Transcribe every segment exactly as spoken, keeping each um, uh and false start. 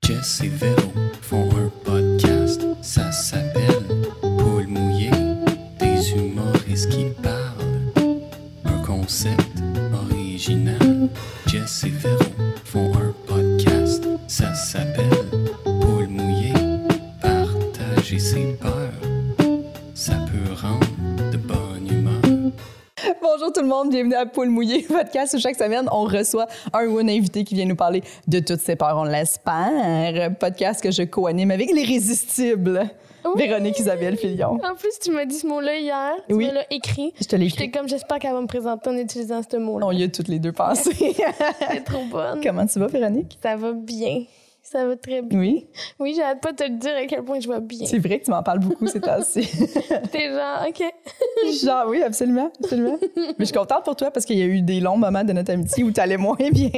Jess et Véro font un podcast, ça s'appelle Paul mouillé, des humoristes qui parlent. Un concept original. Jess et Véro font un podcast, ça s'appelle Paul mouillé, partager ses peurs, ça peut rendre de bonne humeur. Bonjour tout le monde, bienvenue à Poule mouillé, podcast où chaque semaine on reçoit un ou une invité qui vient nous parler de toutes ses peurs, on l'espère. Podcast que je co-anime avec l'irrésistible Oui. Véronique Isabelle Filion. En plus, tu m'as dit ce mot-là hier. Tu Oui. me l'as écrit. Je te l'ai J'étais écrit. comme, j'espère qu'elle va me présenter en utilisant ce mot-là. On y a toutes les deux pensé. C'est trop bonne. Comment tu vas, Véronique? Ça va bien. Ça va très bien. Oui, Oui, j'arrête pas de te le dire à quel point je vais bien. c'est vrai que tu m'en parles beaucoup ces temps-ci. T'es genre, OK. Genre, oui, absolument, absolument. Mais je suis contente pour toi parce qu'il y a eu des longs moments de notre amitié où tu allais moins bien.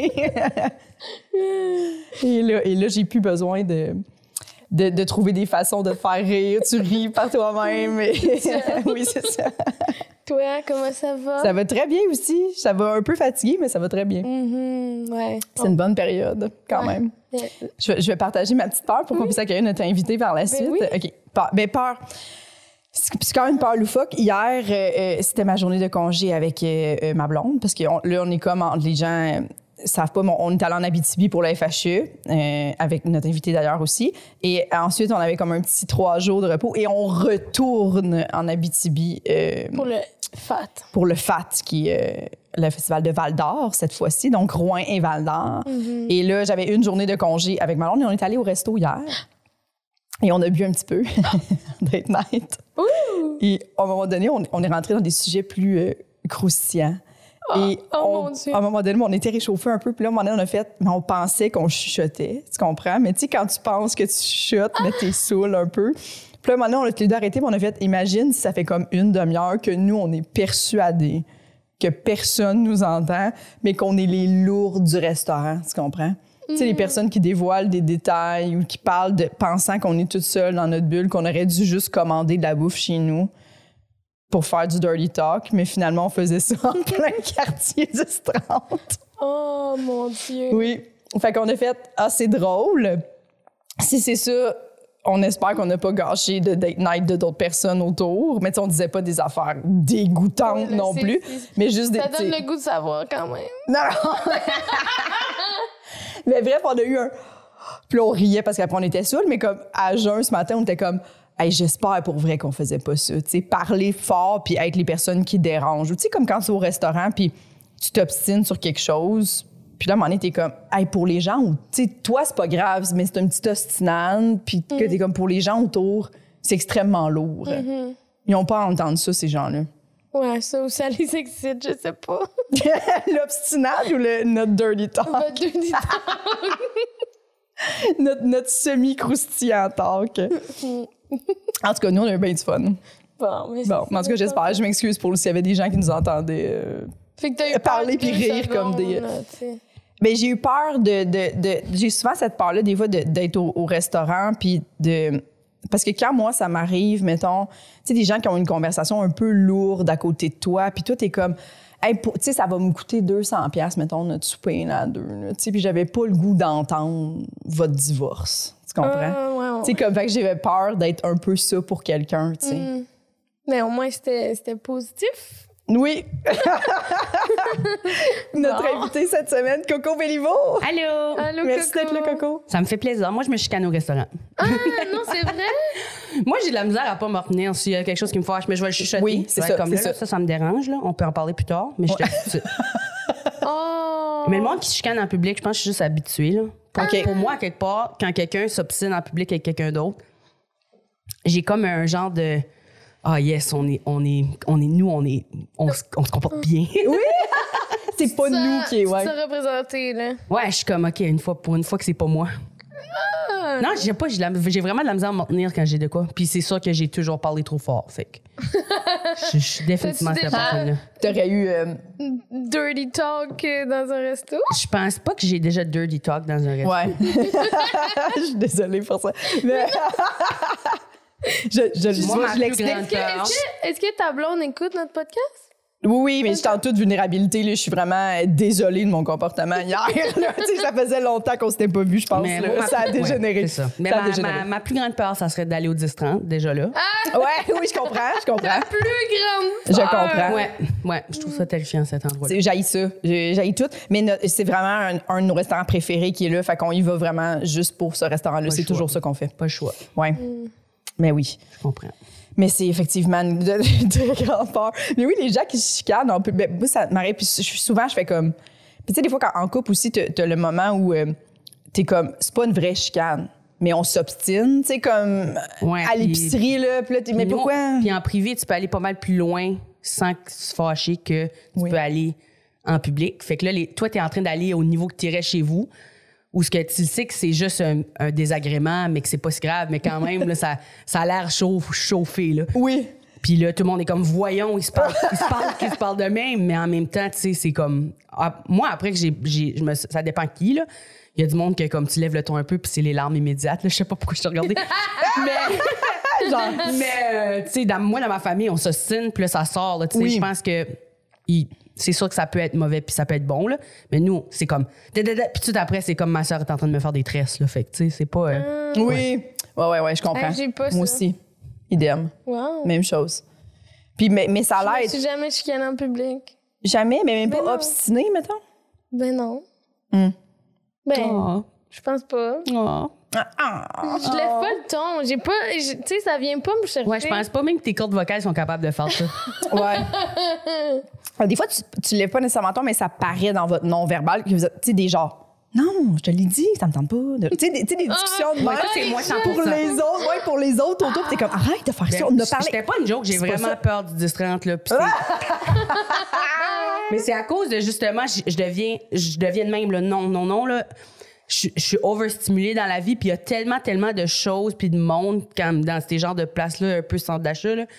et là, et là j'ai plus besoin de, de, de trouver des façons de te faire rire. Tu ris par toi-même. Et... oui, c'est ça. Toi, comment ça va? Ça va très bien aussi. Ça va un peu fatigué, mais ça va très bien. Mhm, ouais. C'est une bonne période, quand Ouais. même. Ouais. Je vais, je vais partager ma petite peur pour qu'on puisse accueillir notre invité par la suite. oui. OK. Peur. Ben, peur. C'est c'est quand même une peur loufoque. Hier, euh, euh, c'était ma journée de congé avec euh, euh, ma blonde, parce que on- là, on est comme entre les gens euh, savent pas, mais on est allé en Abitibi pour la F H E, euh, avec notre invité d'ailleurs aussi. Et ensuite, on avait comme un petit trois jours de repos et on retourne en Abitibi euh, Pour le fat. pour le F A T, qui est euh, le festival de Val-d'Or cette fois-ci, donc Rouen et Val-d'Or. Mm-hmm. Et là, j'avais une journée de congé avec ma blonde et on est allé au resto hier. Et on a bu un petit peu, date night. Et à un moment donné, on, on est rentré dans des sujets plus euh, croustillants. Et oh on- mon Dieu. à un moment donné, on était réchauffé un peu. Puis là, à un moment donné, on a fait, mais on pensait qu'on chuchotait, tu comprends? Mais tu sais, quand tu penses que tu chuchotes, mais t'es saoul un peu. Puis là, à un moment donné, on a tous les deux arrêté, puis on a fait, imagine si ça fait comme une demi-heure que nous, on est persuadés que personne nous entend, mais qu'on est les lourds du restaurant, tu comprends? Tu sais, les personnes qui dévoilent des détails ou qui parlent de pensant qu'on est toute seule dans notre bulle, qu'on aurait dû juste commander de la bouffe chez nous pour faire du dirty talk, mais finalement, on faisait ça en plein quartier dix trente. Oh, mon Dieu. Oui. Fait qu'on a fait « Ah, c'est drôle. Si c'est ça, on espère qu'on n'a pas gâché de date night de d'autres personnes autour. » Mais tu sais, on disait pas des affaires dégoûtantes Ouais, là, non c'est- plus, c'est- mais juste des... Ça tu sais- donne le goût de savoir quand même. Non, non. Mais bref, on a eu un... Puis là, on riait parce qu'après, on était saouls, mais comme à jeun, ce matin, on était comme... Hey, j'espère pour vrai qu'on faisait pas ça. Tu sais, parler fort puis être les personnes qui dérangent. Ou tu sais, comme quand tu es au restaurant puis tu t'obstines sur quelque chose. Puis là, à un moment donné, t'es comme... Hey, pour les gens... ou tu sais, toi, c'est pas grave, mais c'est une petite ostinade. Puis que t'es comme pour les gens autour, c'est extrêmement lourd. Ils ont pas à entendre ça, ces gens-là. Ouais, ça ou ça les excite, je sais pas. L'obstinade ou le, notre dirty talk? Votre dirty talk. notre, notre semi-croustillant talk. En tout cas, nous, on a eu bien du fun. Bon, mais Bon, mais en tout cas, j'espère. Je m'excuse pour s'il y avait des gens qui nous entendaient. Euh... Fait que t'as eu Parler peur puis deux rire comme des- secondes, là, tu sais. Mais j'ai eu peur de... de, de j'ai souvent cette peur-là, des fois, de- d'être au, au restaurant, puis de... Parce que quand moi, ça m'arrive, mettons, tu sais, des gens qui ont une conversation un peu lourde à côté de toi, puis toi, t'es comme... Hey, pour- tu sais, ça va me coûter deux cents piastres, mettons, notre souper là, à deux. là. Tu sais, puis j'avais pas le goût d'entendre votre divorce. Tu comprends? Ah, ouais, ouais. Tu sais, comme fait que j'avais peur d'être un peu ça pour quelqu'un, tu sais. Mm. Mais au moins, c'était c'était positif. Oui! Notre Bon. invité cette semaine, Coco Bellivo! Allô? Allô, Merci Coco. d'être là, Coco. Ça me fait plaisir. Moi, je me chicane au restaurant. Ah, non, c'est vrai? Moi, j'ai de la misère à pas me retenir s'il y a quelque chose qui me fâche, mais je vais le chuchoter. Oui, c'est Ouais, ça, Comme c'est là, ça. ça, ça me dérange. Là. On peut en parler plus tard, mais je te... Oh! Mais le monde qui se chicane en public, je pense que je suis juste habituée. Là. Pour, OK. pour moi, quelque part, quand quelqu'un s'obstine en public avec quelqu'un d'autre, j'ai comme un genre de... Ah yes, on est, on est, on est nous, on est, on, se- on se comporte bien. Oui! C'est pas Ça- nous qui est, ouais. Ça représenté, là. Ouais, je suis comme, OK, une fois, pour une fois que c'est pas moi. Ah. Non, j'ai pas, j'ai, la- j'ai vraiment de la misère à m'en tenir quand j'ai de quoi. Puis c'est sûr que j'ai toujours parlé trop fort, fait que... Je je suis définitivement T'as-tu cette déjà- personne-là. T'aurais eu... euh, Dirty talk euh, dans un resto? Je pense pas que j'ai déjà dirty talk dans un resto. Ouais. Je suis désolée pour ça. Mais... je je, je, Moi, ma je plus l'explique. grande peur- Est-ce que, est-ce que ta blonde écoute notre podcast? Oui, oui, mais j'étais en toute vulnérabilité. Là. Je suis vraiment désolée de mon comportement hier. Là. Tu sais, ça faisait longtemps qu'on s'était pas vu, je pense. Mais là. moi, Ça a ouais, dégénéré. c'est ça. Mais Ça a ma, dégénéré. ma, ma plus grande peur, ça serait d'aller au dix trente, déjà là. Ouais, oui, je comprends, je comprends. Plus grande Je peur. comprends. Ouais, ouais, je trouve ça terrifiant, cet endroit-là. C'est- J'haïs ça. J'ai- J'haïs tout. Mais no- c'est vraiment un, un de nos restaurants préférés qui est là. Fait qu'on y va vraiment juste pour ce restaurant-là. Pas C'est le choix. toujours ça qu'on fait. Pas le choix, Ouais. Mais oui. je comprends. Mais c'est effectivement une de, de très grande peur. Mais oui, les gens qui se chicanent, on peut, ben, moi, ça m'arrive. Puis je- souvent, je fais comme. Puis tu sais, des fois, quand en couple aussi, t'as t'as le moment où euh, t'es comme. C'est pas une vraie chicane, mais on s'obstine, tu sais, comme Ouais, à puis- l'épicerie, là. Puis là, t'es. Mais Puis nous, pourquoi? Puis en privé, tu peux aller pas mal plus loin sans se fâcher que tu Oui. peux aller en public. Fait que là, les, toi, tu es en train d'aller au niveau que tu irais chez vous, où ce que tu sais que c'est juste un, un désagrément, mais que c'est pas si grave, mais quand même, là, ça, ça a l'air chaud, chauffé. Là. Oui. Puis là, tout le monde est comme, voyons, ils se parlent, ils se parlent, ils se parlent de même, mais en même temps, tu sais, c'est comme. Ah, moi, après que j'ai. j'ai- je me- ça dépend qui, là. Il y a du monde que, comme, tu lèves le ton un peu, puis c'est les larmes immédiates. Là. Je sais pas pourquoi je t'ai regardé. mais. Genre. Mais, euh, tu sais, dans, moi, dans ma famille, on s'ostine, puis là, ça sort. là, tu sais, Oui. Je pense que il- c'est sûr que ça peut être mauvais, puis ça peut être bon, là. Mais nous, c'est comme. Puis tout après, c'est comme ma soeur est en train de me faire des tresses, là. Fait que, tu sais, c'est pas. euh, Oui. Ouais, ouais, ouais, je comprends. Hey, j'ai pas Moi ça. aussi. Idem. Wow. Même chose. Puis, mais, mais ça Je me l'aide. suis jamais chicanée en public. Jamais, mais même Ben pas non. obstiné, mettons. Ben non. Hmm. Ben, Oh, je pense pas. oh. Ah, Je lève pas le ton. J'ai pas. je- Tu sais, ça vient pas me chercher. Ouais, je pense pas même que tes cordes vocales sont capables de faire ça. ouais. Des fois, tu, tu lèves pas nécessairement ton, mais ça paraît dans votre non-verbal que vous êtes, tu sais, des genres. Non, je te l'ai dit, ça me tente pas. de- Tu sais, des, tu sais, des discussions de Ouais, même. ça, c'est moi cent pour Pour cent. les autres, ouais, pour les autres autour, puis t'es comme, arrête de faire ça, on en a parlé. C'était pas une joke, j'ai C'est pas vraiment ça. peur du dix trente, là. puis c'est- Mais c'est à cause de, justement, je, je deviens, je deviens de même, là. Non, non, non, là. Je, je suis overstimulée dans la vie, puis il y a tellement, tellement de choses, puis de monde, comme dans ces genres de places-là, un peu centre d'achat, là.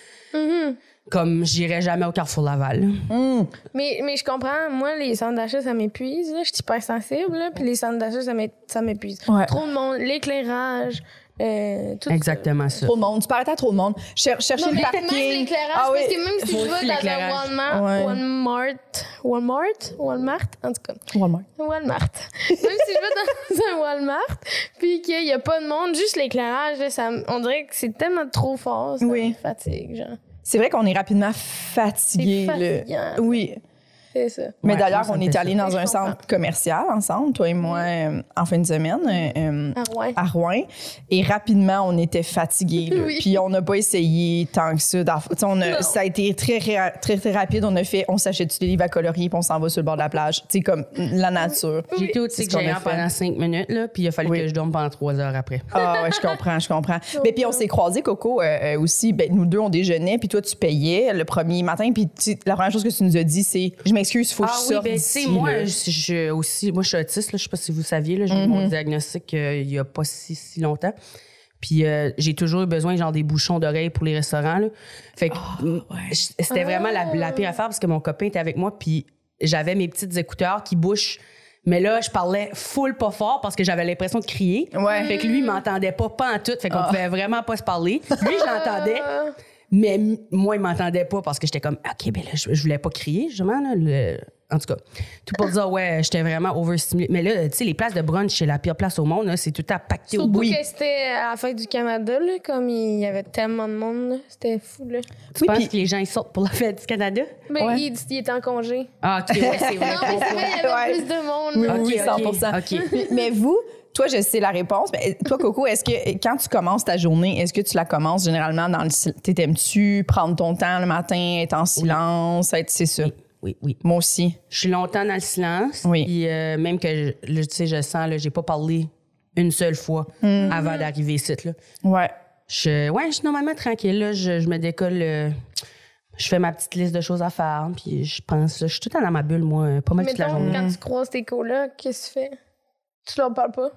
Comme j'irais jamais au Carrefour Laval. là. Mais, mais je comprends. Moi, les centres d'achat, ça m'épuise. là. Je suis hyper sensible. là, Puis les centres d'achat, ça m'é- ça m'épuise. Ouais. Trop de monde, l'éclairage, euh, tout Exactement ça. Trop de monde, tu parlais à trop de monde. Cher- chercher ça. Non, le mais parking. même l'éclairage, Ah oui. parce que même si Faut je aussi vais dans un l'éclairage. Walmart, Ouais. Walmart, Walmart, Walmart, en tout cas, Walmart. Walmart. Même si je vais dans un Walmart, puis qu'il n'y a pas de monde, juste l'éclairage, là, ça, me- on dirait que c'est tellement trop fort, ça Oui. me fatigue, genre. C'est vrai qu'on est rapidement fatigué. C'est là. fatigant. Oui. C'est ça. Mais Ouais, d'ailleurs, moi, ça on me est fait allé ça. dans Je un comprends. centre commercial ensemble, toi et moi, euh, en fin de semaine, euh, euh, Ah ouais. à Rouen. Et rapidement, on était fatigués. là. Oui. Puis on n'a pas essayé tant que ça. d'en- tu sais, on a- Non. ça a été très, très, très, très rapide. On a fait, on s'achète des livres à colorier, puis on s'en va sur le bord de la plage. Tu sais, comme la nature. J'ai été au C'est tic ce qu'on a géant fait. pendant cinq minutes, là, puis il a fallu Oui. que je dorme pendant trois heures après. Ah ouais, je comprends, je comprends. Mais puis on s'est croisés, Coco, euh, euh, aussi. Ben, nous deux, on déjeunait, puis toi, tu payais le premier matin. Puis tu- la première chose que tu nous as dit, c'est « Je m'excuse, il faut que Ah je oui, sorte ben tu d'ici, sais, moi, là. je, je- aussi, moi, je suis autiste, là, je sais pas si vous saviez, là, j'ai eu mon diagnostic euh, il y a pas si, si longtemps. Puis euh, j'ai toujours eu besoin, genre, des bouchons d'oreilles pour les restaurants, là. Fait que mm, j- c'était vraiment la, la pire affaire parce que mon copain était avec moi, puis j'avais mes petites écouteurs qui bouchent. Mais là, je parlais full pas fort parce que j'avais l'impression de crier. Ouais. Fait que lui, il m'entendait pas, pas en tout. Fait qu'on pouvait vraiment pas se parler. Lui, je l'entendais. Mais m- moi, il m'entendait pas parce que j'étais comme, OK, ben là, je, je voulais pas crier, justement. Là, le- En tout cas, tout pour dire, ouais, j'étais vraiment overstimulée. Mais là, tu sais, les places de brunch, c'est la pire place au monde. là. C'est tout le temps pacté au Surtout bout. que c'était à la fête du Canada, là, comme il y avait tellement de monde, là. C'était fou, là. Tu Oui, penses puis- que les gens, ils sortent pour la fête du Canada? Mais Ouais. il, il était en congé. Ah, OK, ouais, c'est vrai. Non, mais c'est vrai, il y avait Ouais. plus de monde. Oui, là. oui, OK, oui, cent pour cent. OK. Mais, mais vous, toi, je sais la réponse. Mais toi, Coco, est-ce que quand tu commences ta journée, est-ce que tu la commences généralement dans le sil- t'es- T'aimes-tu prendre ton temps le matin, être en silence, être c'est ça? Oui, oui, oui. Moi aussi. Je suis longtemps dans le silence. Oui. Puis euh, même que, je, là, tu sais, je sens, là, j'ai pas parlé une seule fois avant d'arriver ici, là. Ouais. Je, ouais, je suis normalement tranquille. Là. Je, je me décolle. euh, je fais ma petite liste de choses à faire. Puis je pense. Je suis tout le temps dans ma bulle, moi, pas mal toute la Mettons, journée. quand tu croises tes colocs, qu'est-ce que tu fais? Tu leur parles pas?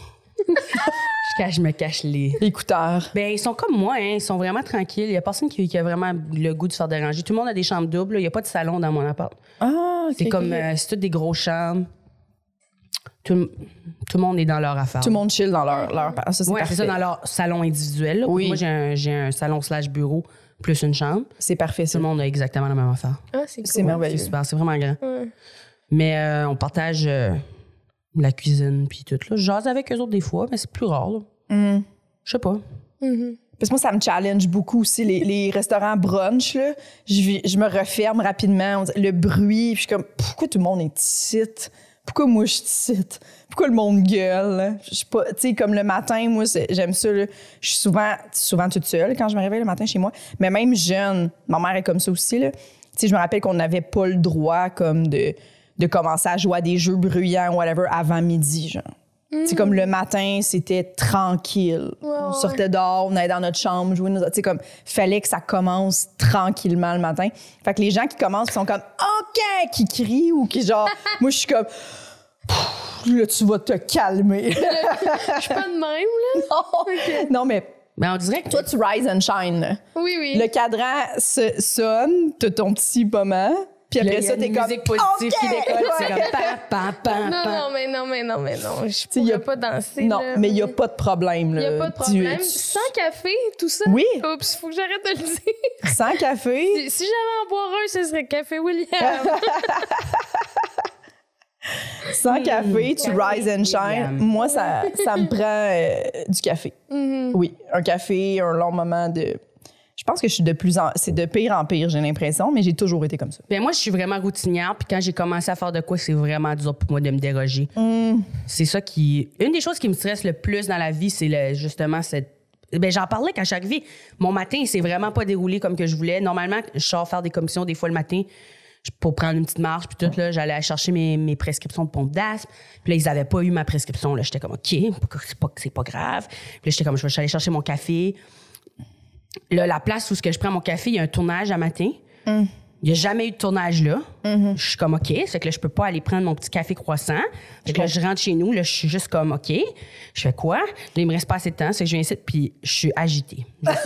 Je, cache, je me cache les. Écouteurs. Ben, ils sont comme moi, hein. Ils sont vraiment tranquilles. Il y a personne qui, qui a vraiment le goût de se faire déranger. Tout le monde a des chambres doubles. là. Il n'y a pas de salon dans mon appart. Ah, ok, C'est ok. comme. euh, c'est toutes des grosses chambres. Tout, le- tout le monde est dans leur affaire. Tout le monde chill dans leur. leur... Ça, c'est Ouais, c'est parfait. ça, dans leur salon individuel. là. Oui. Moi, j'ai un, j'ai un salon slash bureau plus une chambre. C'est parfait, Tout ça. le monde a exactement la même affaire. Ah, c'est cool. C'est merveilleux. C'est super, c'est vraiment grand. Ouais. Mais euh, on partage euh, la cuisine puis tout. Là. Je jase avec eux autres des fois, mais c'est plus rare. Là. Mm. Je sais pas. Mm-hmm. Parce que moi, ça me challenge beaucoup aussi, les, les restaurants brunch, là. Je, vis- je me referme rapidement. On dirait- Le bruit, puis je suis comme, pourquoi tout le monde est ici? Pourquoi moi, je suis ici? Pourquoi le monde gueule? là? Je suis pas, tu sais, comme le matin, moi, c'est- j'aime ça, là. Je suis souvent, souvent toute seule quand je me réveille le matin chez moi. Mais même jeune, ma mère est comme ça aussi, là. Tu sais, je me rappelle qu'on n'avait pas le droit, comme, de, de commencer à jouer à des jeux bruyants, whatever, avant midi, genre. C'est comme le matin, c'était tranquille. Ouais, on ouais. sortait dehors, on allait dans notre chambre, jouer nos... Tu sais, comme, fallait que ça commence tranquillement le matin. Fait que les gens qui commencent, qui sont comme « OK », qui crient ou qui genre... moi, je suis comme « Là, tu vas te calmer. » Je suis pas de même, là. Non, non, mais Mais on dirait que toi, tu rise and shine. là. Oui, oui. Le cadran se sonne, t'as ton petit moment, puis après là, il y a ça, t'es une comme musique positive OK! qui décolle. C'est Ouais. comme pam, pam, pam, Non, pam. non, mais non, mais non, mais non. Je y pourrais a- pas danser. Non, là, mais il n'y a pas de problème. Il Là. y a pas de Tu- problème. tu- Sans café, tout ça? Oui. Oups, faut que j'arrête de le dire. Sans café. Si, si j'avais à en boire un, ce serait Café William. Sans café, tu Café, rise and shine. William. Moi, ça, ça me prend euh, du café. Mhm. Oui, un café, un long moment de... Je pense que je suis de plus en... C'est de pire en pire, j'ai l'impression, mais j'ai toujours été comme ça. Ben moi, je suis vraiment routinière. Puis quand j'ai commencé à faire de quoi, c'est vraiment dur pour moi de me déroger. Mm. C'est ça qui... Une des choses qui me stresse le plus dans la vie, c'est le, justement cette... Ben, j'en parlais quand je suis arrivée. Mon matin, il s'est vraiment pas déroulé comme que je voulais. Normalement, je sors faire des commissions des fois le matin pour prendre une petite marche. Puis tout, là, j'allais chercher mes, mes prescriptions de pompe d'asthme. Puis là, ils avaient pas eu ma prescription. Là, j'étais comme, OK, c'est pas, c'est pas grave. Puis là, j'étais comme, je vais aller chercher mon café. Là, la place où ce que je prends mon café, il y a un tournage à matin. Mm. Il n'y a jamais eu de tournage là. Mm-hmm. Je suis comme, OK. Fait que là, je peux pas aller prendre mon petit café croissant. Fait que là, je rentre chez nous. Là, je suis juste comme, OK. Je fais quoi? Là, il me reste pas assez de temps. C'est que je viens ici, puis je suis agitée.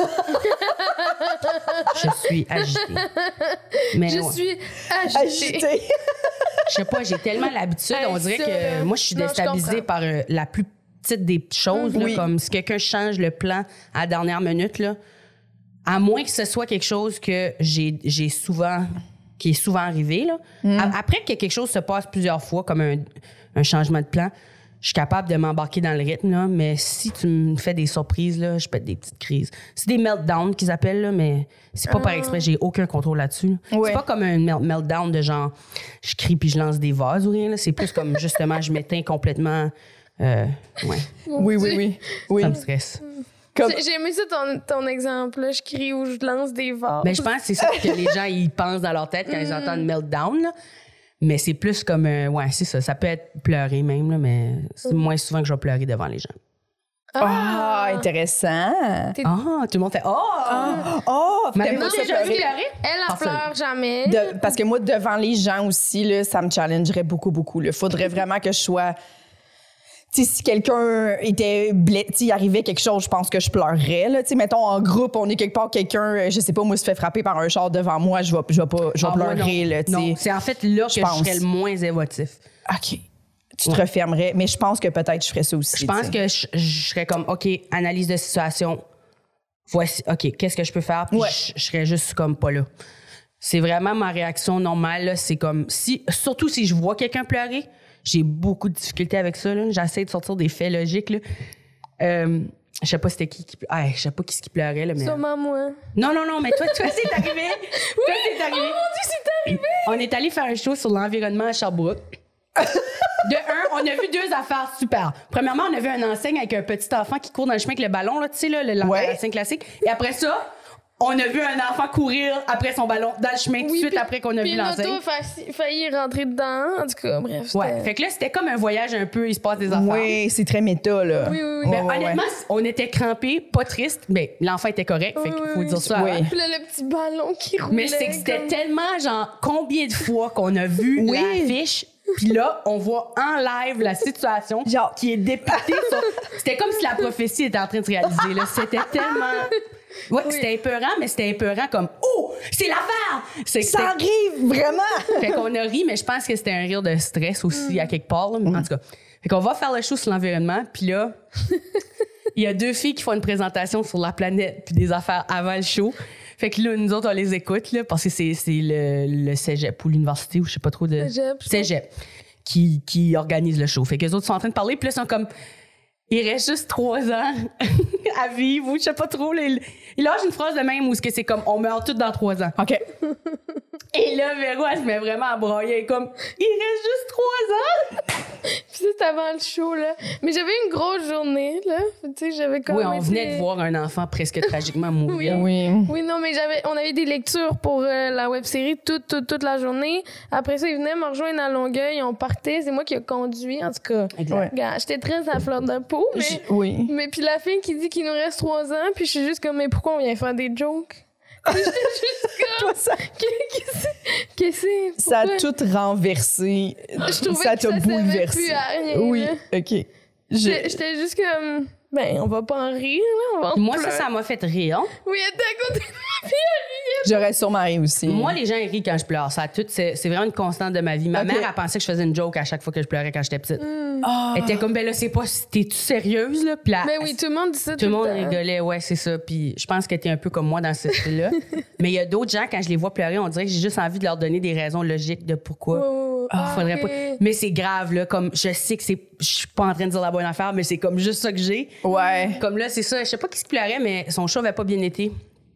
Je suis agitée. Mais Je ouais. suis agitée. Agité. Je sais pas, j'ai tellement l'habitude. Hey, on dirait ça, que là. moi, je suis Non, je déstabilisée comprends. par euh, la plus petite des choses. là, Oui. Comme si quelqu'un change le plan à la dernière minute, là, à moins que ce soit quelque chose que j'ai, j'ai souvent, qui est souvent arrivé. Là. A- Après que quelque chose se passe plusieurs fois, comme un, un changement de plan, je suis capable de m'embarquer dans le rythme. Là, mais si tu me fais des surprises, là, je pète des petites crises. C'est des meltdowns qu'ils appellent, là, mais c'est pas par exprès. J'ai aucun contrôle là-dessus. là. Ouais. C'est pas comme un mel- meltdown de genre, je crie puis je lance des vases ou rien. Là. C'est plus comme, justement, je m'éteins complètement. Euh, ouais, Oui, oui, oui. oui. ça me stresse. Comme... J'ai j'ai aimé ça ton, ton exemple. Là. Je crie ou je lance des vases. Mais je pense que c'est ça que les gens ils pensent dans leur tête quand ils entendent meltdown. Là. Mais c'est plus comme. euh, ouais, c'est ça. Ça peut être pleurer même, là, mais c'est moins souvent que je vais pleurer devant les gens. Ah, intéressant. Ah, tout le monde fait Oh! Oh, M'avez-vous t'aimes pas ça déjà vu pleurer? pleurer? Elle, elle Personne. pleure jamais. De- parce que moi, devant les gens aussi, là, ça me challengerait beaucoup, beaucoup. Il faudrait vraiment que je sois... Tu sais, si quelqu'un était blessé, il arrivait quelque chose, je pense que je pleurerais. Là. Tu sais, mettons, en groupe, on est quelque part, quelqu'un, euh, je sais pas, moi, se fait frapper par un char devant moi, je vais, je vais, pas, je vais Ah, moi, pleurer. non. Là, tu Non, sais. c'est en fait là que Je je, pense. serais le moins émotif. OK. Tu te refermerais, mais je pense que peut-être je ferais ça aussi. Je pense que je, je serais comme OK, analyse de situation. Voici, OK, qu'est-ce que je peux faire? Puis Ouais. je, je serais juste comme pas là. C'est vraiment ma réaction normale. Là. C'est comme si, surtout si je vois quelqu'un pleurer, j'ai beaucoup de difficultés avec ça. Là. J'essaie de sortir des faits logiques. Là. Euh, je sais pas c'était qui qui ah, je sais pas qui, ce qui pleurait. Là, mais... Sûrement moi. Non, non, non, mais toi, toi, c'est arrivé. Toi, c'est arrivé. Oh mon Dieu, c'est arrivé! On est allé faire un show sur l'environnement à Sherbrooke. De un, on a vu deux affaires super. Premièrement, on a vu un enseigne avec un petit enfant qui court dans le chemin avec le ballon, là, tu sais, là, le Ouais. l'enseigne classique. Et après ça, on a vu un enfant courir après son ballon dans le chemin tout de suite puis- après qu'on a puis vu l'auto l'enseigne. a failli, failli rentrer dedans. En tout cas, bref. c'était- Ouais. Fait que là, c'était comme un voyage un peu, il se passe des affaires. Oui, c'est très méta, là. Oui, oui, oui. Mais Ouais, ouais, honnêtement, ouais. on était crampés, pas tristes. Mais l'enfant était correct, fait qu'il Oui, faut oui, dire oui. ça. Oui. avant. Puis là, le petit ballon qui roulait. Mais c'est que c'était comme- tellement, genre, combien de fois qu'on a vu Oui. l'affiche, puis là, on voit en live la situation Genre. qui est dépictée sur... C'était comme si la prophétie était en train de se réaliser, là. C'était tellement... Ouais, c'était épeurant, mais c'était épeurant comme « Oh, c'est l'affaire! » C'est que Ça c'était- arrive, vraiment! Fait qu'on a ri, mais je pense que c'était un rire de stress aussi, à quelque part, là. En tout cas. Fait qu'on va faire le show sur l'environnement, puis là... Il y a deux filles qui font une présentation sur la planète puis des affaires avant le show. Fait que là, nous autres, on les écoute, là, parce que c'est, c'est le, le cégep ou l'université, ou je sais pas trop de... Cégep. Cégep. Qui, qui organise le show. Fait que les autres sont en train de parler, puis là, ils sont comme... Il reste juste trois ans à vivre, ou je sais pas trop. Là, il, il lâche une phrase de même où c'est comme « On meurt tous dans trois ans ». OK. Et là, Véro, elle se met vraiment à broyer. Elle est comme « Il reste juste trois ans ». Puis ça, c'était avant le show, là. Mais j'avais une grosse journée, là. Tu sais, j'avais comme. Oui, on été... venait de voir un enfant presque tragiquement mourir. Oui. Oui, non, mais j'avais, on avait des lectures pour euh, la web-série toute, toute, toute la journée. Après ça, ils venaient me rejoindre à Longueuil, on partait. C'est moi qui ai conduit, en tout cas. Exact. Regarde, j'étais très à fleur de peau, mais. J- Oui. Mais puis la fille qui dit qu'il nous reste trois ans, puis je suis juste comme, mais pourquoi on vient faire des jokes? Puis j'étais juste comme. Toi, ça, Qu'est-ce que c'est? ça a Pourquoi? tout renversé. Je trouvais ça que t'a ça servait bouleversé. plus à rien, Oui, là. OK. Je- J'étais j'étais juste comme, ben, on va pas en rire, là, on va en Moi, ça, pleurer. ça m'a fait rire. Oui, elle était à côté de moi, puis elle riait. J'aurais sûrement ri aussi. Moi, les gens ils rient quand je pleure. Ça a tout, c'est, c'est vraiment une constante de ma vie. Ma Ok. mère, elle pensait que je faisais une joke à chaque fois que je pleurais quand j'étais petite. Ah. Elle était comme, ben là, c'est pas, t'es-tu sérieuse, là? Puis là, Mais oui, tout le monde dit ça tout le monde temps. rigolait, ouais, c'est ça. Puis je pense qu'elle était un peu comme moi dans ce style-là. Mais il y a d'autres gens, quand je les vois pleurer, on dirait que j'ai juste envie de leur donner des raisons logiques de pourquoi. Oh, Ah, faudrait ok. pas. Mais c'est grave, là. Comme, je sais que c'est, je suis pas en train de dire la bonne affaire, mais c'est comme juste ça que j'ai. Ouais. Comme là, c'est ça. Je sais pas qui se pleurait, mais son show avait pas bien été.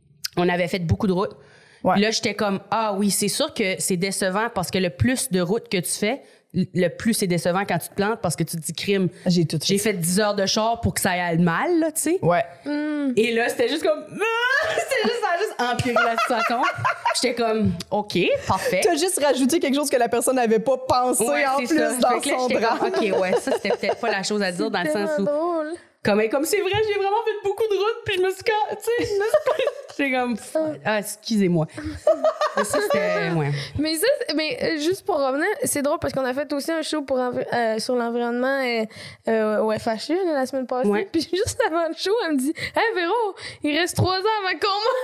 On avait fait beaucoup de routes. Ouais. Puis là, j'étais comme, ah oui, c'est sûr que c'est décevant parce que le plus de routes que tu fais, le plus c'est décevant quand tu te plantes parce que tu te dis crime. J'ai tout fait. J'ai fait dix heures de char pour que ça aille mal, là, tu sais. Ouais. Et là, c'était juste comme, ah! C'était juste, ça a juste empiré la situation. J'étais comme, OK, parfait. T'as juste rajouté quelque chose que la personne n'avait pas pensé Ouais, en c'est plus ça. dans Fait que là, son j'étais drame. comme, OK, ouais, ça, c'était peut-être pas la chose à dire dans le Tellement sens où. drôle. Comme, comme c'est vrai, j'ai vraiment fait beaucoup de routes, puis je me suis. ca- Tu sais, je me suis. J'étais comme. Ah, excusez-moi. Mais ça, c'était. Ouais. Mais ça, c'est- mais euh, juste pour revenir, c'est drôle parce qu'on a fait aussi un show pour envi- euh, sur l'environnement euh, euh, au F H U là, la semaine passée. Ouais. Puis juste avant le show, elle me dit « Hey Véro, il reste trois ans avant qu'on meure. »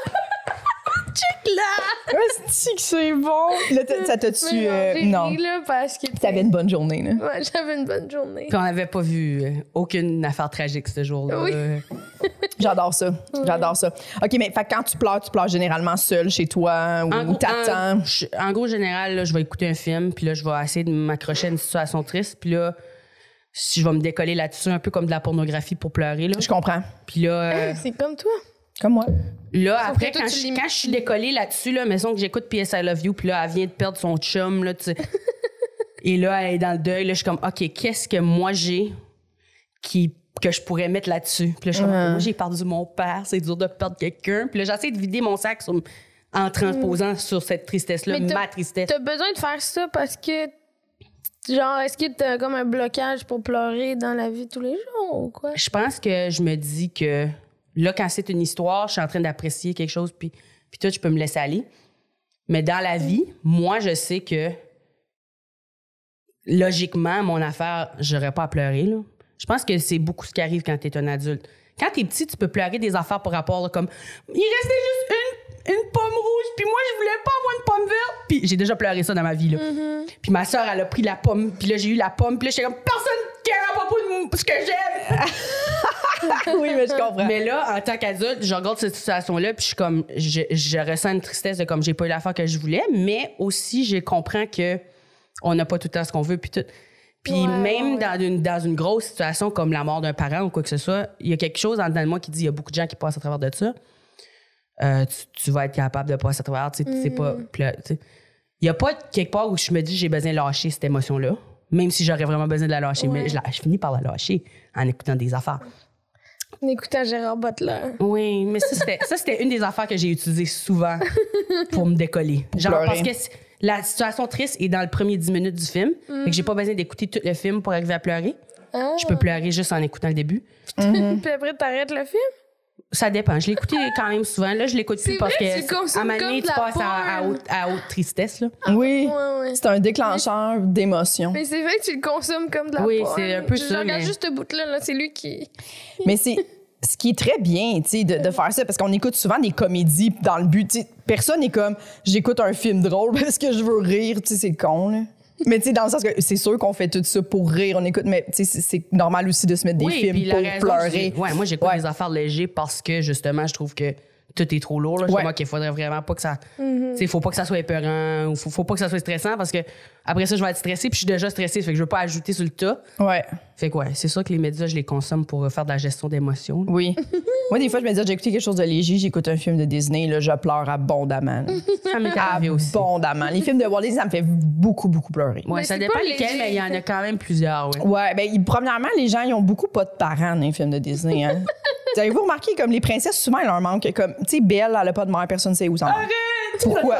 Check là! Ouais, c'est que c'est bon. Là, t'as- ça t'a-tu. Mais euh, j'ai non. ri, là, parce que T'avais une bonne journée, là. Ouais, j'avais une bonne journée. Puis on n'avait pas vu euh, aucune affaire tragique ce jour-là. Oui. Euh, J'adore ça. J'adore ça. OK, mais fait, que quand tu pleures, tu pleures généralement seul chez toi ou En gros, t'attends. en, je- en gros, général, là, je vais écouter un film, puis là, je vais essayer de m'accrocher à une situation triste, puis là, si je vais me décoller là-dessus, un peu comme de la pornographie pour pleurer, là. Je comprends. Puis là, euh, C'est comme toi. Comme moi. là Sauf après, que toi, quand tu je, limites- quand je suis décollée là-dessus, là, mettons que j'écoute P S I Love You, puis là, elle vient de perdre son chum, là, tu sais. Et là, elle est dans le deuil, là, je suis comme, OK, qu'est-ce que moi j'ai qui que je pourrais mettre là-dessus? Puis là, je suis comme, moi, j'ai perdu mon père, c'est dur de perdre quelqu'un. Puis là, j'essaie de vider mon sac sur- en transposant sur cette tristesse-là, Mais t'as- ma tristesse. T'as besoin de faire ça parce que, genre, est-ce que t'as comme un blocage pour pleurer dans la vie tous les jours ou quoi? Je pense que je me dis que là, quand c'est une histoire, je suis en train d'apprécier quelque chose, puis, puis tout, je peux me laisser aller. Mais dans la vie, moi, je sais que logiquement, mon affaire, j'aurais pas à pleurer. Là. Je pense que c'est beaucoup ce qui arrive quand tu es un adulte. Quand tu es petit, tu peux pleurer des affaires par rapport, là, comme il restait juste une, une pomme rouge, puis moi, je voulais pas avoir une pomme verte. Puis j'ai déjà pleuré ça dans ma vie. Là. Puis ma soeur, elle a pris la pomme, puis là, j'ai eu la pomme, puis là, j'étais comme personne qui à propos de ce que j'aime. Oui, mais je comprends. Mais là, en tant qu'adulte, je regarde cette situation-là, puis je suis comme, je, je ressens une tristesse de comme j'ai pas eu l'affaire que je voulais, mais aussi, je comprends que on n'a pas tout le temps ce qu'on veut, puis tout. Puis Ouais, même ouais. dans une dans une grosse situation comme la mort d'un parent ou quoi que ce soit, il y a quelque chose en dedans de moi qui dit, il y a beaucoup de gens qui passent à travers de ça. Euh, tu, tu vas être capable de passer à travers, tu sais, tu sais pas. Puis là, tu sais, il y a pas quelque part où je me dis j'ai besoin de lâcher cette émotion-là, même si j'aurais vraiment besoin de la lâcher, Ouais. mais je, la- je finis par la lâcher en écoutant des affaires. En écoutant Gérard Butler. Oui, mais ça, c'était, ça, c'était une des affaires que j'ai utilisées souvent pour me décoller. Genre, pleurer. parce que c- la situation triste est dans le premier dix minutes du film. Fait que j'ai pas besoin d'écouter tout le film pour arriver à pleurer. Ah. Je peux pleurer juste en écoutant le début. Puis après, t'arrêtes le film? Ça dépend. Je l'ai écouté quand même souvent. Là, je l'écoute plus C'est parce vrai, que tu le consommes à un moment donné, comme de tu la passes à, à porn. haute, à haute tristesse. Là. Oui. Ouais, ouais. C'est un déclencheur d'émotion. Mais c'est vrai que tu le consommes comme de la Oui, porn. c'est un peu je, ça, Je regarde mais- juste ce bout-là, là, c'est lui qui... Mais c'est ce qui est très bien, tu sais, de, de faire ça, parce qu'on écoute souvent des comédies dans le but, tu sais, personne n'est comme, j'écoute un film drôle parce que je veux rire, tu sais, c'est con, là. Mais tu sais, dans le sens que c'est sûr qu'on fait tout ça pour rire, on écoute, mais tu sais, c'est- c'est normal aussi de se mettre des Oui, films puis la pour raison, pleurer. c'est- Ouais, moi, j'écoute Ouais. des affaires légères parce que, justement, je trouve que tout est trop lourd. Là. Je Ouais. suis comme, OK, faudrait vraiment pas que ça... Tu sais, faut pas que ça soit épeurant ou faut, faut pas que ça soit stressant parce que après ça, je vais être stressée puis je suis déjà stressée. Fait que je veux pas ajouter sur le tas. Ouais. Fait que ouais, c'est ça que les médias, je les consomme pour faire de la gestion d'émotions. Oui. Moi, des fois, je me dis, j'ai écouté quelque chose de léger, j'écoute un film de Disney, là, je pleure abondamment. là. Ça m'est arrivé aussi. Abondamment. Les films de Walt Disney, ça me fait beaucoup, beaucoup pleurer. Ouais, Mais ça c'est dépend pas lesquels, léger, mais il y en a fait. quand même plusieurs, ouais. Ouais, ben, ils- premièrement, les gens, ils ont beaucoup pas de parents dans les films de Disney. Hein? Avez-vous remarqué, comme les princesses, souvent, il leur manque, comme, tu sais, Belle, elle a pas de mère, personne ne sait où ça Arrête! Pourquoi?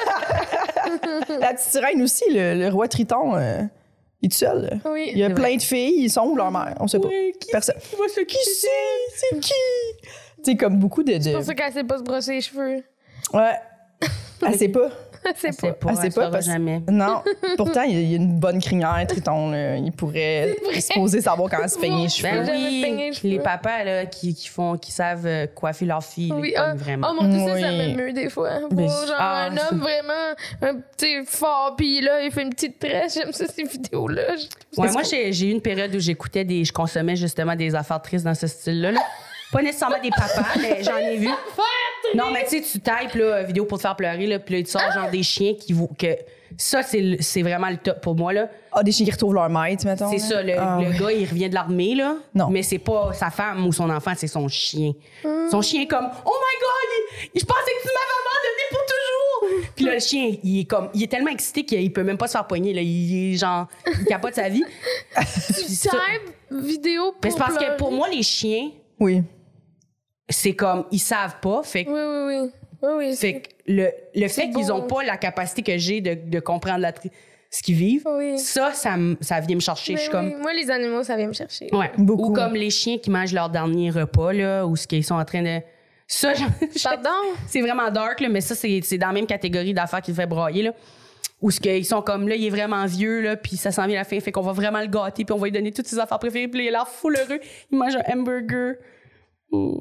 La petite sirène aussi, le, le roi Triton, euh, il est tout seul. là. Oui. Il y a C'est plein vrai. de filles, ils sont où leur mère? On sait pas. Oui, qui Personne. Qui va s'occuper Qui c'est? C'est qui? Tu sais, comme beaucoup de. de... C'est pour ça qu'elle sait pas se brosser les cheveux. Ouais. Elle sait pas. C'est C'est pas. pas, Elle sait elle pas saura parce- jamais. Non. Pourtant, il y a- il y a une bonne crinière, Triton. Là. Il pourrait être supposé savoir quand elle se peigner les cheveux. Ben Jamais peigné les oui, cheveux. les papas là, qui, qui, font, qui savent euh, coiffer leurs filles, Oui, les ah, pommes, vraiment. oh mon Dieu, ça, ça Oui. m'émeut des fois. Pour Mais- genre ah, un c'est- homme vraiment, un petit fort, pis là, il fait une petite tresse. J'aime ça, ces vidéos-là. Je trouve ça Ouais, moi, j'ai, j'ai eu une période où j'écoutais des. Je consommais justement des affaires tristes dans ce style-là. là. Pas nécessairement des papas, mais j'en ai vu. Non, mais tu sais, tu types là, vidéo pour te faire pleurer, là, puis là, tu sors genre des chiens qui vous. Que, ça, c'est, le- c'est vraiment le top pour moi. Là. Ah, des chiens qui retrouvent leur maître, mettons. C'est là. ça, le, Ah, le ouais. gars, il revient de l'armée, là. Non. Mais c'est pas sa femme ou son enfant, c'est son chien. Son chien est comme, oh my god, il- je pensais que tu m'avais abandonné pour toujours. Puis là, le chien, il est comme, il est tellement excité qu'il peut même pas se faire poigner, là. Il est genre, il capote sa vie. Puis ça- type vidéo pour Mais c'est parce que pleurer. pour moi, les chiens, Oui. c'est comme, ils savent pas. Fait que, Oui, oui, oui. Oui, oui. fait c'est- que le, le fait beau, qu'ils ont hein. pas la capacité que j'ai de, de comprendre la tri- ce qu'ils vivent, Oui. ça, ça, me- ça vient me chercher. Mais Je suis oui, comme, Moi, les animaux, ça vient me chercher. ouais. Beaucoup. Ou comme les chiens qui mangent leur dernier repas, là, ou ce qu'ils sont en train de. Ça, je- Pardon? c'est vraiment dark, là, mais ça, c'est, c'est dans la même catégorie d'affaires qui me fait brailler, là. Ou ce qu'ils sont comme, là, il est vraiment vieux, là, puis ça s'en vient à la fin, fait qu'on va vraiment le gâter, puis on va lui donner toutes ses affaires préférées, puis là, il a l'air full heureux. Il mange un hamburger. Mm.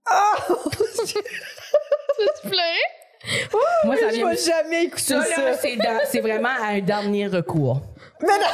Tu pleurais? Moi, ça Je vient. vais jamais écouter Ça, ça. là, c'est, dans- c'est vraiment un dernier recours. Mais non!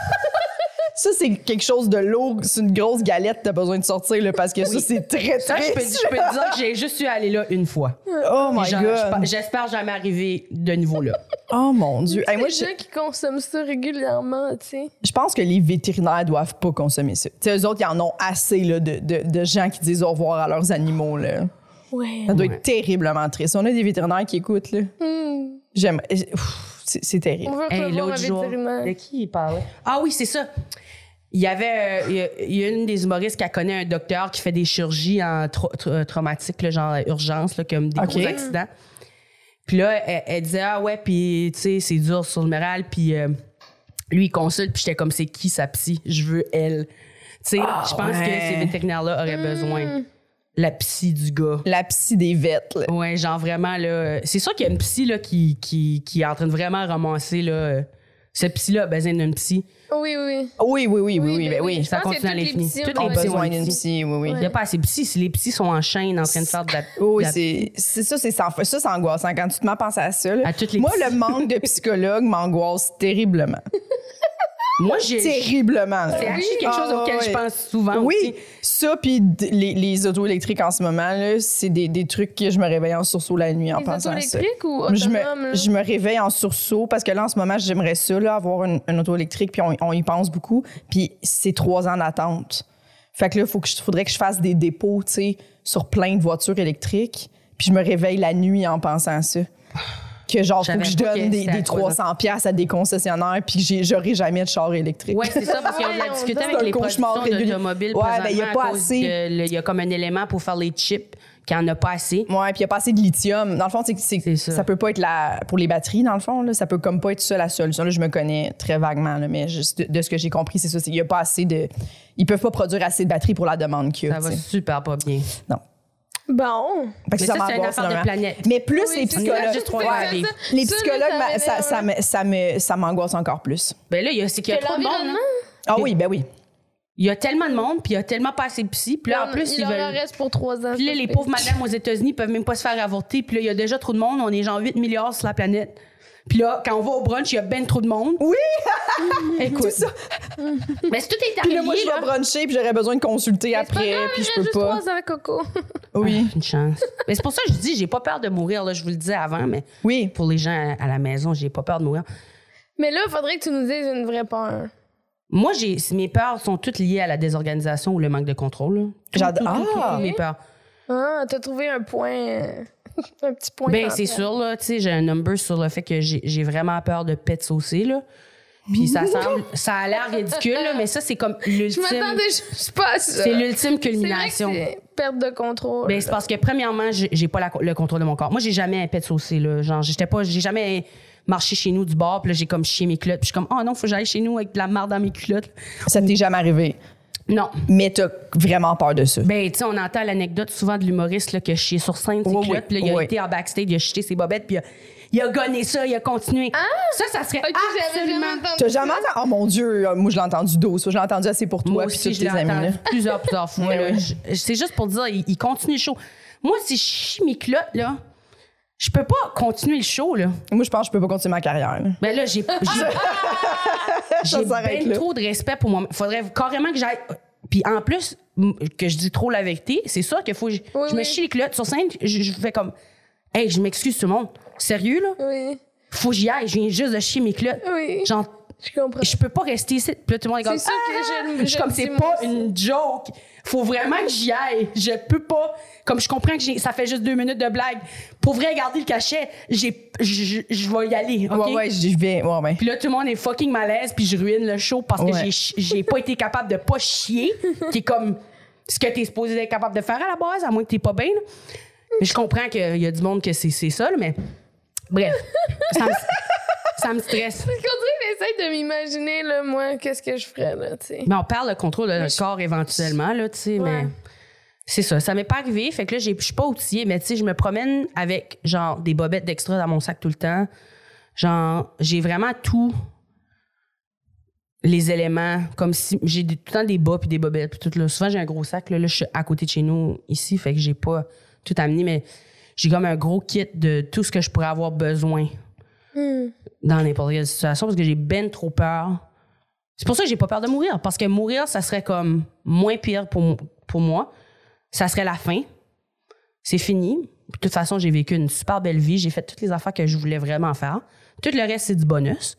Ça, c'est quelque chose de lourd. C'est une grosse galette, t'as besoin de sortir, là, parce que ça, c'est très, Ça, très... je peux, je peux te dire que j'ai juste eu à aller là une fois. Oh my Genre, God! je- j'espère jamais arriver de niveau là. Oh mon Dieu! Hey, moi, Les je, gens qui consomment ça régulièrement, tu sais. je pense que les vétérinaires doivent pas consommer ça. Tu sais, eux autres, ils en ont assez là, de, de, de gens qui disent au revoir à leurs animaux. Là. Ouais. Ça doit Ouais. être terriblement triste. On a des vétérinaires qui écoutent. Là. Hmm. J'aime... Ouf, C'est, c'est terrible. On veut Hey, recevoir un l'autre jour, vétérinaire. de qui il parlait? Ah oui, c'est ça. Il y avait, euh, il y a- il y a une des humoristes qui connaît un docteur qui fait des chirurgies en tra- tra- traumatiques, là, genre urgence, là, comme des OK. gros accidents. Puis là, elle, elle disait, ah ouais, puis tu sais, c'est dur sur le moral. Puis euh, lui, il consulte, puis j'étais comme, c'est qui sa psy? Je veux elle. Tu sais, je pense ouais. que ces vétérinaires-là auraient besoin. La psy du gars. La psy des vêtes. Là. Ouais, genre vraiment, là. C'est sûr qu'il y a une psy, là, qui, qui, qui est en train de vraiment ramasser, là. euh, Cette psy-là a besoin d'une psy. Oui, oui, oui. Oui, oui, oui, oui, oui, mais ben oui. Je ça pense que continue à toutes les l'infini. psys Toutes ont les On a psys besoin ont d'une une psy, oui, oui. Il n'y a pas assez de psy. Si les psys sont en chaîne en train de faire de la. Oui, de la- c'est, c'est ça, c'est sans, ça, c'est angoissant. Quand tu te mets à penser à ça, là. À toutes les moi, psy- le manque de psychologue m'angoisse terriblement. Moi, j'ai. terriblement. là. C'est actually quelque chose Ah, auquel ouais. je pense souvent. Oui, aussi. ça, puis d- les, les autos électriques en ce moment, là, c'est des, des trucs que je me réveille en sursaut la nuit en Les pensant autos à ça. électriques ou Je autonomes? me, là? je me réveille en sursaut parce que là, en ce moment, j'aimerais ça, là, avoir une, une auto électrique, puis on, on y pense beaucoup. Puis c'est trois ans d'attente. Fait que là, il faudrait que je fasse des dépôts, tu sais, sur plein de voitures électriques. Puis je me réveille la nuit en pensant à ça. Que genre, faut J'avais que je pas donne que des, c'était à des cause de- trois cents piastres à des concessionnaires, puis que j'ai- j'aurai jamais de char électrique. Oui, c'est ça, parce qu'on a Ouais, discuté on avec donne les un cauchemar productions régulier. d'automobiles Ouais, présentement ben, il y a à pas cause assez. que le- il y a comme un élément pour faire les chips qu'il n'y en a pas assez. Ouais, puis il n'y a pas assez de lithium. Dans le fond, c'est, c'est, C'est ça. ça. peut pas être la pour les batteries, dans le fond. Là, ça peut comme pas être ça la solution. Là, je me connais très vaguement, là, mais juste de, de ce que j'ai compris, c'est ça. Il n'y a pas assez de. Ils peuvent pas produire assez de batteries pour la demande qu'il y a. Ça va tu sais. super pas bien. Non. Bon. Fait que Mais ça, c'est une m'angoisse affaire de énormément. planète. Mais plus Oui, les c'est psychologues. ça, juste trois ouais, ans à vivre. les Ça, là, psychologues, ça ma- ça, ça, m'énerve. me, ça, me, ça m'angoisse encore plus. Ben là, il y a, c'est qu'il y a Que trop de monde. l'environnement, hein. Ah oui, ben oui. Il y a tellement de monde, puis il y a tellement pas assez de psy. Puis là, en plus, il ils leur en veulent. reste pour trois ans. Puis là, les pauvres madames aux États-Unis peuvent même pas se faire avorter. Puis là, il y a déjà trop de monde. On est genre huit milliards sur la planète. Puis là, quand on va au brunch, il y a ben trop de monde. Oui! Écoute. C'est ça. Mais si tout est Puis arrivé, là, moi, je vais là... bruncher, puis j'aurais besoin de consulter Mais c'est pas après, grave, puis il je reste peux juste pas. trois ans, Coco. Oui. Une chance. Mais c'est pour ça que je dis, j'ai pas peur de mourir. Là. Je vous le disais avant, mais Oui. pour les gens à la maison, j'ai pas peur de mourir. Mais là, il faudrait que tu nous dises une vraie peur. Moi, j'ai, mes peurs sont toutes liées à la désorganisation ou le manque de contrôle. Là. Tout, J'adore. tout, tout, tout, Ah! tout, mes peurs. Ah, t'as trouvé un point... euh, un petit point. Ben, central. c'est sûr, là, tu sais, j'ai un number sur le fait que j'ai, j'ai vraiment peur de pets saucés, là. Puis ça semble, ça a l'air ridicule, là, mais ça, c'est comme Je l'ultime. m'attendais juste pas à ça. C'est l'ultime C'est vrai que culmination. c'est perte de contrôle. Ben, c'est parce que, premièrement, j'ai, j'ai pas la- le contrôle de mon corps. Moi, j'ai jamais un pet saucé, là. Genre, j'étais pas, j'ai jamais marché chez nous du bar, puis là, j'ai comme chié mes culottes. Puis je suis comme, oh non, faut que j'aille chez nous avec de la marde dans mes culottes. Ça t'est jamais arrivé. Non. Mais t'as vraiment peur de ça. Ben, tu sais, on entend l'anecdote souvent de l'humoriste là, qui a chié sur scène ses Oui, culottes, oui, puis là, il a oui. été en backstage, il a jeté ses bobettes, puis il a, il a gonné ça, il a continué. Ça, ça serait Ok, j'avais absolument... jamais entendu T'as ça. jamais entendu? Oh mon Dieu, euh, moi je l'ai entendu d'eau. Ça, je l'ai entendu assez pour Moi toi puis aussi, tous je l'ai tes amis. entendu là. plusieurs, plusieurs fois. Oui, là. oui. Je- C'est juste pour dire, il, il continue le show. Moi, si je chie mes culottes, là, je peux pas continuer le show, là. Moi, je pense que je peux pas continuer ma carrière. là. Ben là, j'ai j'ai, j'ai s'arrête ben là. trop de respect pour moi. Faudrait carrément que j'aille... Puis en plus, m- que je dis trop la vérité, c'est sûr qu'il faut que je, Oui, je me oui. chie les culottes sur scène, je, je fais comme... Hey, je m'excuse tout le monde. Sérieux, là? Oui, Faut que j'y aille. Je viens juste de chier mes culottes. oui. Genre, Je comprends. je peux pas rester ici. Puis là, tout le monde est comme... C'est sûr que je- Ah! Je suis je comme, le c'est dis, pas moi aussi. une joke. Faut vraiment que j'y aille. Je peux pas... Comme je comprends que j'ai- ça fait juste deux minutes de blague. Pour vrai, garder le cachet, j'ai, je, je vais y aller, OK? Ouais, ouais, j'y vais. Ouais, ouais. Puis là, tout le monde est fucking malaise, puis je ruine le show parce que Ouais. j'ai, chi- j'ai pas été capable de pas chier, qui est comme ce que t'es supposé être capable de faire à la base, à moins que t'es pas bien. là. Mais je comprends qu'il y a du monde que c'est, c'est ça, là, mais bref, ça me, ça me stresse. Parce qu'on dirait que j'essaie de m'imaginer, là, moi, qu'est-ce que je ferais, là, tu sais. Mais on parle de contrôle de notre corps éventuellement, là, tu sais, Ouais. mais c'est ça. Ça m'est pas arrivé, fait que là, j'ai- je suis pas outillée, mais tu sais, je me promène avec, genre, des bobettes d'extra dans mon sac tout le temps. Genre, j'ai vraiment tout les éléments, comme si j'ai des- tout le temps des bas puis des bobettes puis tout là. Souvent, j'ai un gros sac, là, là, je suis à côté de chez nous, ici, fait que j'ai pas tout amené, mais j'ai comme un gros kit de tout ce que je pourrais avoir besoin Hmm. dans n'importe quelle situation parce que j'ai ben trop peur. C'est pour ça que j'ai pas peur de mourir, parce que mourir, ça serait comme moins pire pour, mo- pour moi. Ça serait la fin. C'est fini. Puis de toute façon, j'ai vécu une super belle vie. J'ai fait toutes les affaires que je voulais vraiment faire. Tout le reste, c'est du bonus.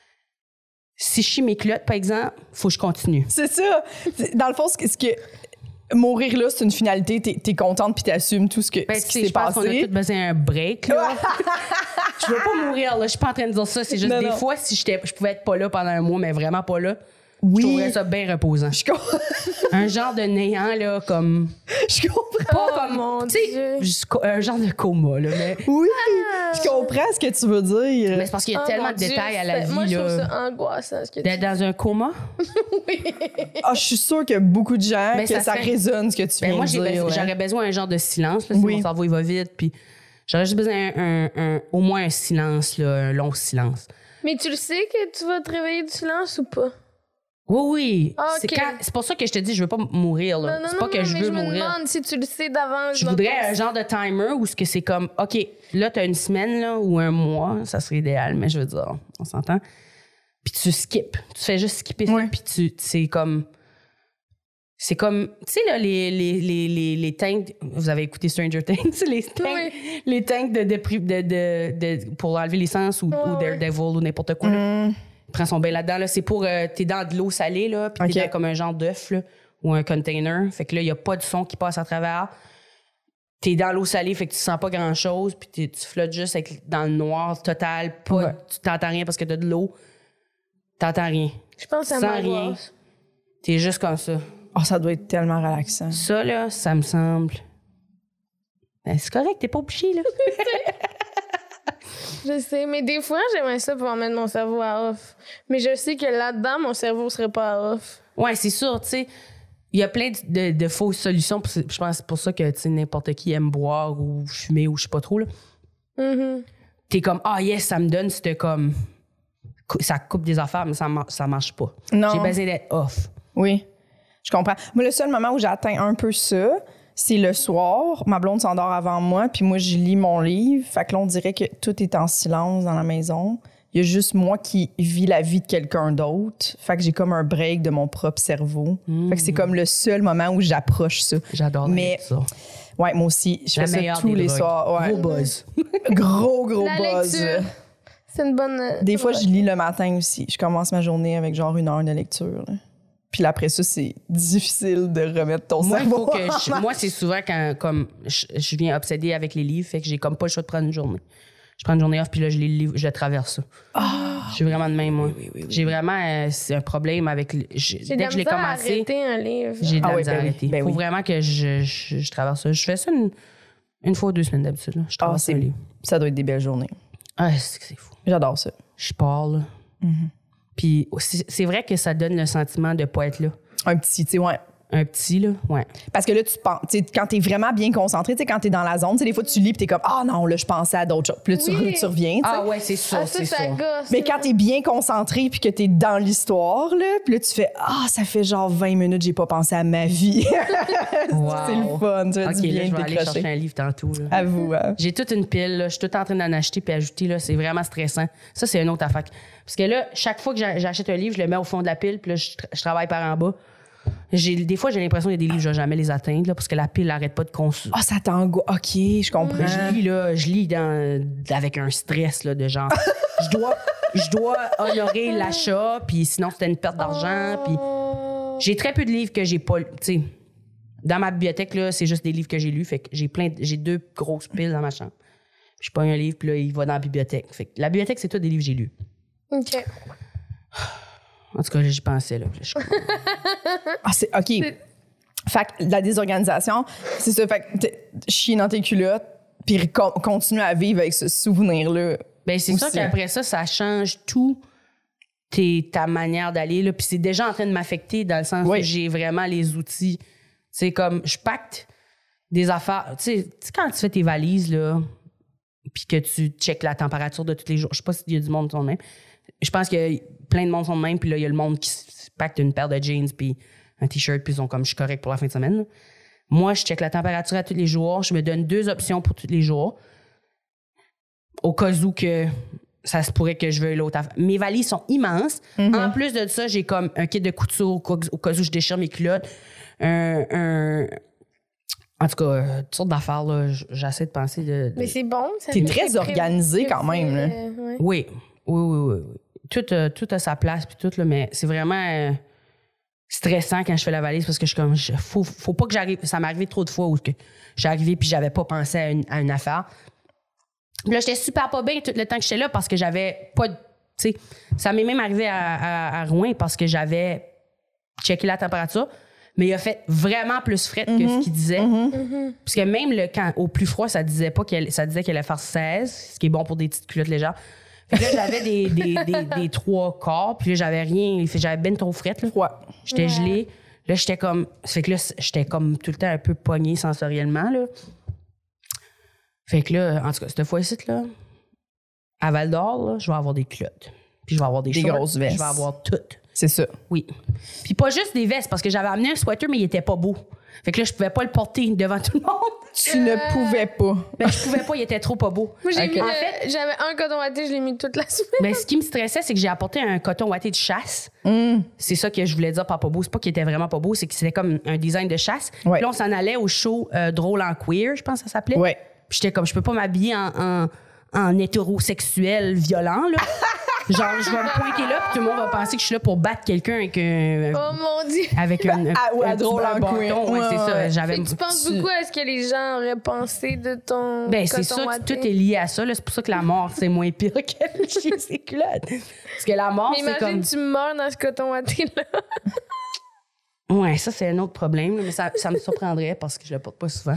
Si je chie mes culottes, par exemple, faut que je continue. C'est ça. C'est- Dans le fond, ce que, ce que- mourir là, c'est une finalité. T'es, t'es contente puis t'assumes tout ce, que, Ben, ce tu qui sais, s'est je pense qu'on a passé. tous besoin d'un break. Là. Je veux pas mourir, là. Je suis pas en train de dire ça. C'est juste Non, des non. fois, si j'étais, je pouvais être pas là pendant un mois, mais vraiment pas là, Oui. je trouverais ça bien reposant. Je, com- Un genre de néant, là, comme... je comprends. Pas Oh, comme... mon tu sais, Dieu. jusqu'au- un genre de coma, là. Mais, Oui, je comprends ce que tu veux dire. mais c'est parce qu'il y a Oh, tellement mon de Dieu, détails à la c'est- vie, Moi, je trouve là. ça angoissant, ce que tu D'être dans un coma? Ah, je suis sûre qu'il y a beaucoup de gens Ben, que ça ça, serait- résonne ce que tu Ben, viens moi, de j'ai dire. besoin- ouais. j'aurais besoin d'un genre de silence, là, si Oui. mon cerveau il va vite, puis j'aurais juste besoin d'un un, un- au moins un silence, là, un long silence. Mais tu le sais que tu vas te réveiller du silence ou pas? Oui, oui. Ah, C'est ok. quand- c'est pour ça que je te dis, je veux pas mourir, là. Non, non, c'est non, pas que non, je mais veux je me mourir. demande si tu le sais d'avance. Je dans voudrais ton- un genre de timer où ce que c'est comme, OK, là, t'as une semaine, là, ou un mois, ça serait idéal, mais je veux dire, on s'entend. Puis tu skips. Tu fais juste skipper ça, Ouais. puis tu, c'est comme... C'est comme, tu sais, là, les, les, les, les, les tanks... Vous avez écouté Stranger Things? Les tanks, Oui. les tanks de, de, de, de, de- pour enlever l'essence ou, Ouais, ou ouais. Daredevil ou n'importe quoi. là. Hum, Il prend son bain là-dedans. Là, c'est pour... euh, t'es dans de l'eau salée, là, puis t'es Ok. dans comme un genre d'œuf, là, ou un container. Fait que là, il n'y a pas de son qui passe à travers. T'es dans l'eau salée, fait que tu sens pas grand-chose, puis t'es- tu flottes juste avec, dans le noir total. Pas, Ouais. Tu t'entends rien parce que t'as de l'eau. T'entends rien. Je pense que ça Sans rien. m'angoisse. T'es juste comme ça. oh, ça doit être tellement relaxant. Ça, là, ça me semble... Ben, c'est correct, t'es pas obligé, là. Je sais, mais des fois, j'aimerais ça pouvoir mettre mon cerveau à off. Mais je sais que là-dedans, mon cerveau serait pas à off. Ouais, c'est sûr, tu sais. Il y a plein de, de fausses solutions. puis c'est- Je pense que c'est pour ça que, tu sais, n'importe qui aime boire ou fumer ou je sais pas trop, là. Mhm. T'es comme, ah yes, ça me donne, c'était comme... cou- Ça coupe des affaires, mais ça, mar- ça marche pas. Non. J'ai besoin d'être off. Oui, je comprends. Moi, le seul moment où j'atteins un peu ça, c'est le soir, ma blonde s'endort avant moi, puis moi, je lis mon livre. Fait que là, on dirait que tout est en silence dans la maison. Il y a juste moi qui vis la vie de quelqu'un d'autre. Fait que j'ai comme un break de mon propre cerveau. Mmh. Fait que c'est comme le seul moment où j'approche ça. J'adore Mais, ça. Ouais, moi aussi. Je la fais ça tous les drogues. soirs. Ouais. Gros buzz. gros, gros la buzz. Lecture. C'est une bonne... Des fois, je lis le matin aussi. Je commence ma journée avec genre une heure de lecture. Là. Puis après ça, c'est difficile de remettre ton moi, cerveau. Faut que je, moi, c'est souvent quand comme je, je viens obsédée avec les livres, fait que j'ai comme pas le choix de prendre une journée. Je prends une journée off, puis là, je lis le livre, je le traverse ça. Oh, je suis vraiment de même, moi. Oui, oui, oui, oui. J'ai vraiment... Euh, c'est un problème avec... Le, je, j'ai dès que je l'ai commencé... arrêter un livre. J'ai de la ah, misère oui, ben à arrêter. Il ben faut oui. vraiment que je, je, je traverse ça. Je fais ça une, une fois ou deux semaines d'habitude. Là. Je traverse ah, un livre. Ça doit être des belles journées. Ah, c'est que c'est fou. J'adore ça. Je pars, là. Mm-hmm. Puis c'est, c'est vrai que ça donne le sentiment de pas être là. Un petit, tu sais, ouais. Un petit, là, ouais. Parce que là, tu penses, tu sais, quand t'es vraiment bien concentré, tu sais, quand t'es dans la zone, tu sais, des fois, tu lis pis t'es comme, ah oh, non, là, je pensais à d'autres choses. Puis là, tu, oui. tu reviens, tu sais. Ah ouais, c'est ça, ah, c'est ça. ça. Gosse, mais quand t'es bien concentré puis que t'es dans l'histoire, là, puis là, tu fais, ah, ça fait genre vingt minutes, j'ai pas pensé à ma vie. Wow. C'est le fun, tu vas OK, bien là, je vais aller décrocher. chercher un livre tantôt, là. À vous, hein. J'ai toute une pile, là. Je suis toute en train d'en acheter puis ajouter, là. C'est vraiment stressant. Ça, c'est une autre affaire. Parce que là, chaque fois que j'achète un livre, je le mets au fond de la pile puis là, je, je travaille par en bas. J'ai, des fois, j'ai l'impression qu'il y a des livres, je vais jamais les atteindre, là, parce que la pile n'arrête pas de consommer. Ah, oh, ça t'angoisse. OK, je comprends. Je lis, là, je lis dans, avec un stress, là, de genre, je dois, je dois honorer l'achat, puis sinon, c'était une perte d'argent, puis j'ai très peu de livres que j'ai pas, tu sais, dans ma bibliothèque, là, c'est juste des livres que j'ai lus, fait que j'ai plein, de, j'ai deux grosses piles dans ma chambre. Je prends un livre, puis là, il va dans la bibliothèque. Fait que la bibliothèque, c'est tout des livres que j'ai lus. OK. En tout cas, là, j'y pensais, là. Je... ah, c'est OK. C'est... Fait que la désorganisation, c'est ça. Fait que chier dans tes culottes, puis con- continuer à vivre avec ce souvenir-là. Ben c'est sûr qu'après ça, ça change tout tes, ta manière d'aller, là. Puis c'est déjà en train de m'affecter dans le sens oui. où j'ai vraiment les outils. C'est comme, je pacte des affaires. Tu sais, quand tu fais tes valises, là, puis que tu checkes la température de tous les jours, je sais pas s'il y a du monde qui sont de même. Je pense que plein de monde sont de même, puis là, il y a le monde qui se pacte une paire de jeans, puis un T-shirt, puis ils sont comme, je suis correct pour la fin de semaine. Là. Moi, je check la température à tous les jours. Je me donne deux options pour tous les jours. Au cas où que ça se pourrait que je veuille l'autre affaire. Mes valises sont immenses. Mm-hmm. En plus de ça, j'ai comme un kit de couture au cas, au cas où je déchire mes culottes. Un... un En tout cas, toutes sortes d'affaires, là, j'essaie de penser de... de... Mais c'est bon. Ça T'es très organisé quand même, là. Euh, ouais. Oui. Oui, oui, oui. oui. Tout, euh, tout a sa place, puis tout, là, mais c'est vraiment euh, stressant quand je fais la valise parce que je suis comme... Je, faut, faut pas que j'arrive... Ça m'est arrivé trop de fois où que j'ai arrivé puis j'avais pas pensé à une, à une affaire. Puis là, j'étais super pas bien tout le temps que j'étais là parce que j'avais pas... Tu sais, ça m'est même arrivé à, à, à Rouen parce que j'avais checké la température, mais il a fait vraiment plus frais mm-hmm. que ce qu'il disait. Mm-hmm. Parce que même le, quand, au plus froid, ça disait pas qu'elle, ça disait qu'elle allait faire seize, ce qui est bon pour des petites culottes légères. Fait que là, j'avais des, des, des, des trois quarts, puis là, j'avais rien. J'avais ben trop frette, là. Froid. J'étais ouais. gelée. Là, j'étais comme... Fait que là, j'étais comme tout le temps un peu pognée sensoriellement, là. Fait que là, en tout cas, cette fois-ci, là, à Val-d'Or, là, je vais avoir des culottes. Puis je vais avoir des, des shorts, grosses vestes. Je vais avoir toutes. C'est ça. Oui. Puis pas juste des vestes, parce que j'avais amené un sweater, mais il était pas beau. Fait que là, je pouvais pas le porter devant tout le monde. Tu euh... ne pouvais pas. Ben, je pouvais pas, il était trop pas beau. Moi, j'ai okay. mis en le... fait, j'avais un coton watté, je l'ai mis toute la semaine. Ben, ce qui me stressait, c'est que j'ai apporté un coton watté de chasse. Mm. C'est ça que je voulais dire par pas beau. C'est pas qu'il était vraiment pas beau, c'est que c'était comme un design de chasse. Ouais. Puis là, on s'en allait au show euh, Drôle en queer, je pense que ça s'appelait. Ouais. Puis j'étais comme, je peux pas m'habiller en, en, en hétérosexuel violent, là. Genre, je vais me pointer là, puis tout le monde va penser que je suis là pour battre quelqu'un avec un... Oh mon Dieu! Avec un... un, ah, ouais, un drôle en queer. Ouais, ouais, c'est ça. J'avais... Tu penses beaucoup à ce que les gens auraient pensé de ton ben, coton c'est ça, watté. tout est lié à ça. Là. C'est pour ça que la mort, c'est moins pire que chier ses culottes. Parce que la mort, mais c'est imagine comme... tu meurs dans ce coton watté-là. Ouais, ça, c'est un autre problème. Là, mais ça, ça me surprendrait parce que je le porte pas souvent.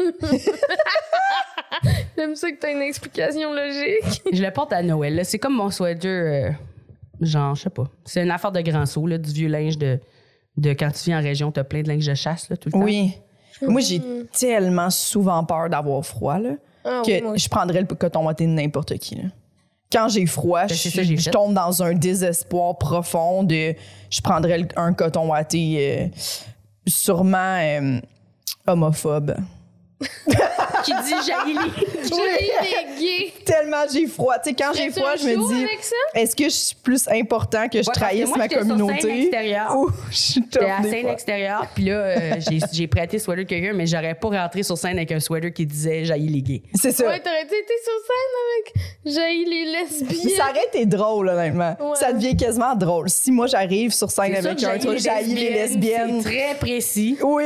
J'aime ça que t'as une explication logique. Je le porte à Noël. Là. C'est comme mon sweater... Euh... Genre, je sais pas. C'est une affaire de grand saut, là, du vieux linge de, de quand tu vis en région, t'as plein de linge de chasse, là, tout le temps. Oui. Mmh. Moi, j'ai tellement souvent peur d'avoir froid, là, ah, que oui, je prendrais le coton watté de n'importe qui, là. Quand j'ai froid, ben, je, ça, je tombe dans un désespoir profond de... Je prendrais le, un coton watté euh, sûrement... Euh, Homophobe. Qui dit jaillit les... Jaillit les gays. Tellement j'ai froid. Tu sais, quand j'ai Serais-tu froid, un je me show dis, avec ça? est-ce que je suis plus important que je Ouais, parce que trahisse moi, ma j'étais sur scène communauté? extérieure. Ou je suis top J'étais à des scène fois. extérieure, puis là, euh, j'ai, j'ai prêté le sweater de quelqu'un, mais j'aurais pas rentré sur scène avec un sweater qui disait jaillit les gays. C'est ça. Ouais, t'aurais été sur scène avec jaillit les lesbiennes. Ça aurait été drôle, honnêtement. Ouais. Ça devient quasiment drôle. Si moi, j'arrive sur scène C'est sûr avec que un truc, jaillit les lesbiennes. C'est très précis. Oui.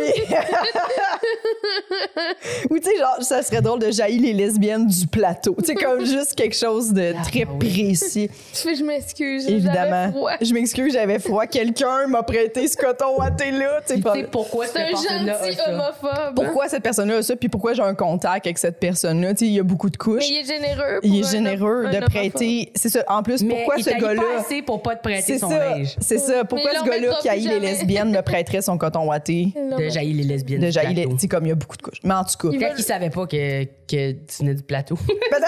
Ou tu sais, genre, ça serait drôle de jaillir les lesbiennes du plateau. Tu sais, comme juste quelque chose de Ah, très oui. précis. Tu fais, je m'excuse. J'avais Évidemment. froid. Je m'excuse, j'avais froid. Quelqu'un m'a prêté ce coton watté-là. Tu sais, Tu pas- sais pourquoi C'est cette un personne-là a gentil ça. homophobe. Pourquoi cette personne-là a ça, puis pourquoi j'ai un contact avec cette personne-là. Tu sais, il y a beaucoup de couches. Mais il est généreux. Il est pour un généreux homme- de un homophobe. prêter. C'est ça. En plus, Mais pourquoi il ce taille pas gars-là. assez pour pas te prêter C'est son ça. linge. C'est ça. Pourquoi Mais ce il en gars-là mettra qui haït plus les jamais. lesbiennes me prêterait son coton watté? De jaillir les lesbiennes. De du jaillir les. plateau. Tu sais, comme il y a beaucoup de couches. Mais en tout cas. Il Peut-être qu'il savait pas que, que tu venais du plateau.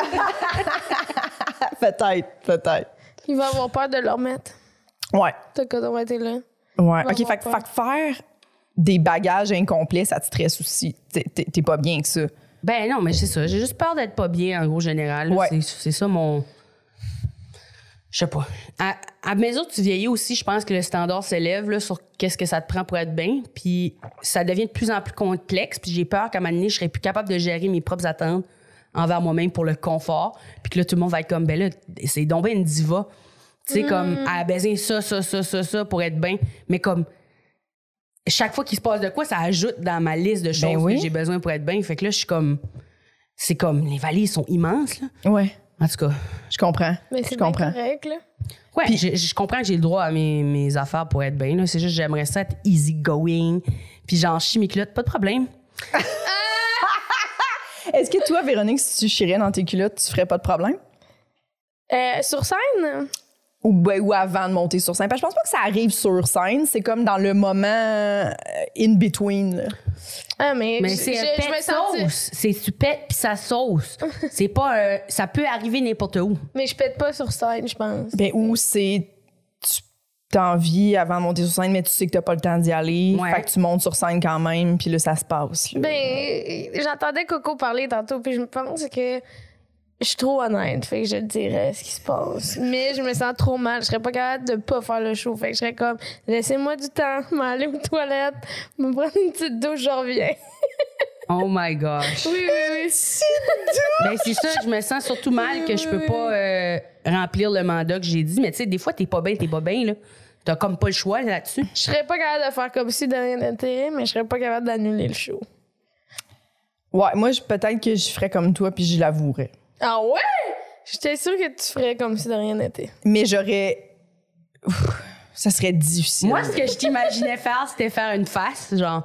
Peut-être, peut-être. Il va avoir peur de leur mettre. Ouais. T'as coton été là. Ouais. va OK, fait, avoir que- peur. fait que faire des bagages incomplets, ça te stresse aussi. T'es, t'es- t'es pas bien que ça. Ben non, mais c'est ça. J'ai juste peur d'être pas bien, en gros, général. là. Ouais. C'est, c'est ça mon... Je sais pas. À, à mesure que tu vieillis aussi, je pense que le standard s'élève là, sur qu'est-ce que ça te prend pour être bien. Puis ça devient de plus en plus complexe. Puis j'ai peur qu'à un moment donné, je serais plus capable de gérer mes propres attentes envers moi-même pour le confort. Puis que là, tout le monde va être comme, ben là, c'est donc bien une diva. Tu sais, comme, à baiser ça, ça, ça, ça, ça pour être bien. Mais comme, chaque fois qu'il se passe de quoi, ça ajoute dans ma liste de choses Ben oui. que j'ai besoin pour être bien. Fait que là, je suis comme, c'est comme, les valises sont immenses, là. Ouais. En tout cas, Je comprends. Mais Je c'est bien comprends. correct, là. ouais, je, je comprends que j'ai le droit à mes, mes affaires pour être bien, là. C'est juste, j'aimerais ça être easy going. Puis j'en chie mes culottes, pas de problème. Est-ce que toi, Véronique, si tu chierais dans tes culottes, tu ferais pas de problème? Euh, sur scène, Ou, ben, ou avant de monter sur scène? Parce que je pense pas que ça arrive sur scène. C'est comme dans le moment euh, in between. Là. ah, mais, Mais je- c'est je- un je me pet sentis- sauce. C'est tu pètes puis ça sauce. C'est pas un- ça peut arriver n'importe où. Mais je pète pas sur scène, je pense. Ben, ou c'est. Tu t'as envie avant de monter sur scène, mais tu sais que t'as pas le temps d'y aller. Ouais. Fait que tu montes sur scène quand même, puis là, ça se passe. Là. Ben, j'entendais Coco parler tantôt, puis je me pense que je suis trop honnête, fait que je te dirais ce qui se passe. Mais je me sens trop mal, je serais pas capable de pas faire le show, fait que je serais comme, laissez-moi du temps, m'aller aux toilettes, me prendre une petite douche, je reviens. Oh my gosh. Oui, oui, oui. Ben c'est ça, je me sens surtout mal que je peux pas euh, remplir le mandat que j'ai dit. Mais tu sais, des fois, t'es pas bien, t'es pas bien, là. T'as comme pas le choix là-dessus. Je serais pas capable de faire comme si de rien n'était, mais je serais pas capable d'annuler le show. Ouais, moi, je- peut-être que je ferais comme toi, puis je l'avouerais. Ah ouais? J'étais sûre que tu ferais comme si de rien n'était. Mais j'aurais. Ouf, ça serait difficile. Moi, ce que je t'imaginais faire, c'était faire une face, genre.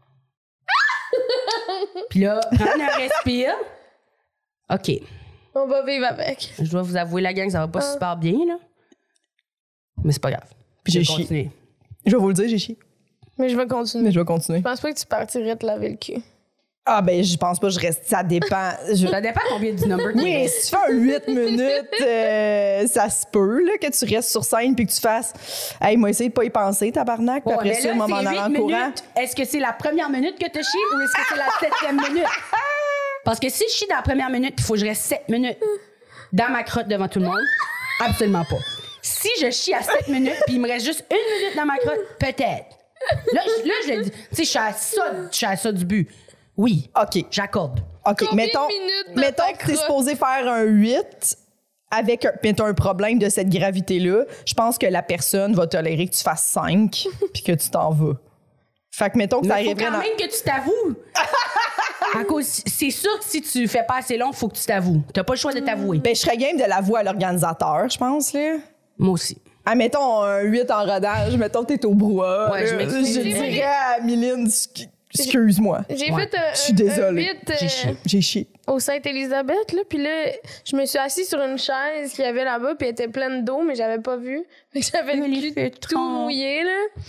Puis là, prendre un respire. OK. On va vivre avec. Je dois vous avouer, la gang, ça va pas Ah. super bien, là. Mais c'est pas grave. Puis J'ai je vais chié. continuer. Je vais vous le dire, j'ai chié. Mais je vais continuer. Mais je vais continuer. Je pense pas que tu partirais te laver le cul. Ah, ben, je pense pas, je reste. Ça dépend. Je- Ça dépend combien du number qu'il Oui, reste. si tu fais un huit minutes, euh, ça se peut là, que tu restes sur scène puis que tu fasses « Hey, moi, essaye de pas y penser, tabarnak. » Puis Ouais, après mais ça, là, moi, m'en c'est aller huit en courant. minutes. Est-ce que c'est la première minute que tu chies ou est-ce que c'est la septième minute? Parce que si je chie dans la première minute, il faut que je reste sept minutes dans ma crotte devant tout le monde. Absolument pas. Si je chie à sept minutes puis il me reste juste une minute dans ma crotte, peut-être. Là, je, là, je le dis. Tu sais, je suis à ça, je suis à ça du but. Oui, OK. j'accorde. OK. Combien Mettons, de minutes dans mettons ta que tu es crotte? supposé faire un huit avec un, puis t'as un problème de cette gravité-là. Je pense que la personne va tolérer que tu fasses cinq puis que tu t'en vas. Fait que mettons que ça Mais faut arriverait quand dans... même que tu t'avoues. À cause, c'est sûr que si tu fais pas assez long, faut que tu t'avoues. T'as pas le choix de t'avouer. Ben, je serais game de l'avouer à l'organisateur, je pense, là. Moi aussi. Ah, mettons un huit en rodage, mettons que t'es au brouhaha. Ouais, je là. m'excuse. Je dirais à Méline, sc- excuse-moi. J'ai Ouais. fait un, Je suis désolée. un huit, euh, J'ai chié. J'ai chié. au Sainte-Élisabeth, là, puis là, je me suis assise sur une chaise qu'il y avait là-bas, puis elle était pleine d'eau, mais j'avais pas vu. Fait que j'avais le Les cul tout fétrons. mouillé, là.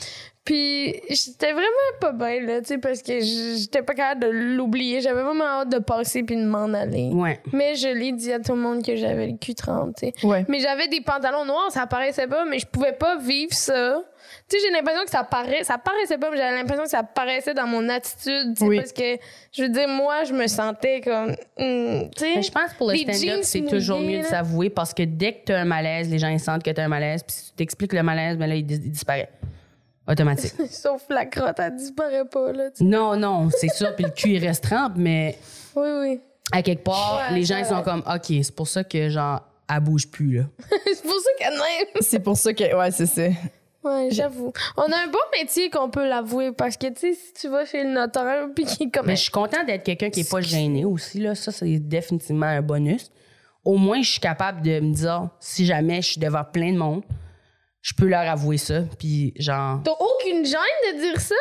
Puis j'étais vraiment pas bien, là, tu sais, parce que j'étais pas capable de l'oublier. J'avais vraiment hâte de passer puis de m'en aller. Ouais. Mais je l'ai dit à tout le monde que j'avais le cul trente, tu sais. Ouais. Mais j'avais des pantalons noirs, ça paraissait pas, mais je pouvais pas vivre ça. Tu sais, j'ai l'impression que ça paraît, ça paraissait pas, mais j'avais l'impression que ça paraissait dans mon attitude, tu sais, Oui. parce que, je veux dire, moi, je me sentais comme, mm, tu sais. Mais je pense que pour le les stand-up, jeans c'est mouillés, toujours mieux de là. s'avouer parce que dès que tu as un malaise, les gens ils sentent que tu as un malaise. Puis si tu t'expliques le malaise, ben là, il, dis- il disparaît. Automatique. Sauf la crotte, elle disparaît pas, là, tu sais. Non, non, c'est sûr. Puis le cul, il reste trempe, mais Oui, oui. à quelque part, Ouais, les gens c'est ils sont vrai. comme, OK, c'est pour ça que, genre, elle bouge plus, là. C'est pour ça qu'elle n'aime. C'est pour ça que. Ouais, c'est ça. Ouais, j'avoue. On a un bon métier qu'on peut l'avouer parce que, tu sais, si tu vas chez le notaire puis qu'il est comme. Mais je suis contente d'être quelqu'un qui est pas gêné aussi, là. Ça, c'est définitivement un bonus. Au moins, je suis capable de me dire, si jamais je suis devant plein de monde, je peux leur avouer ça. Puis, genre, T'as aucune gêne de dire ça?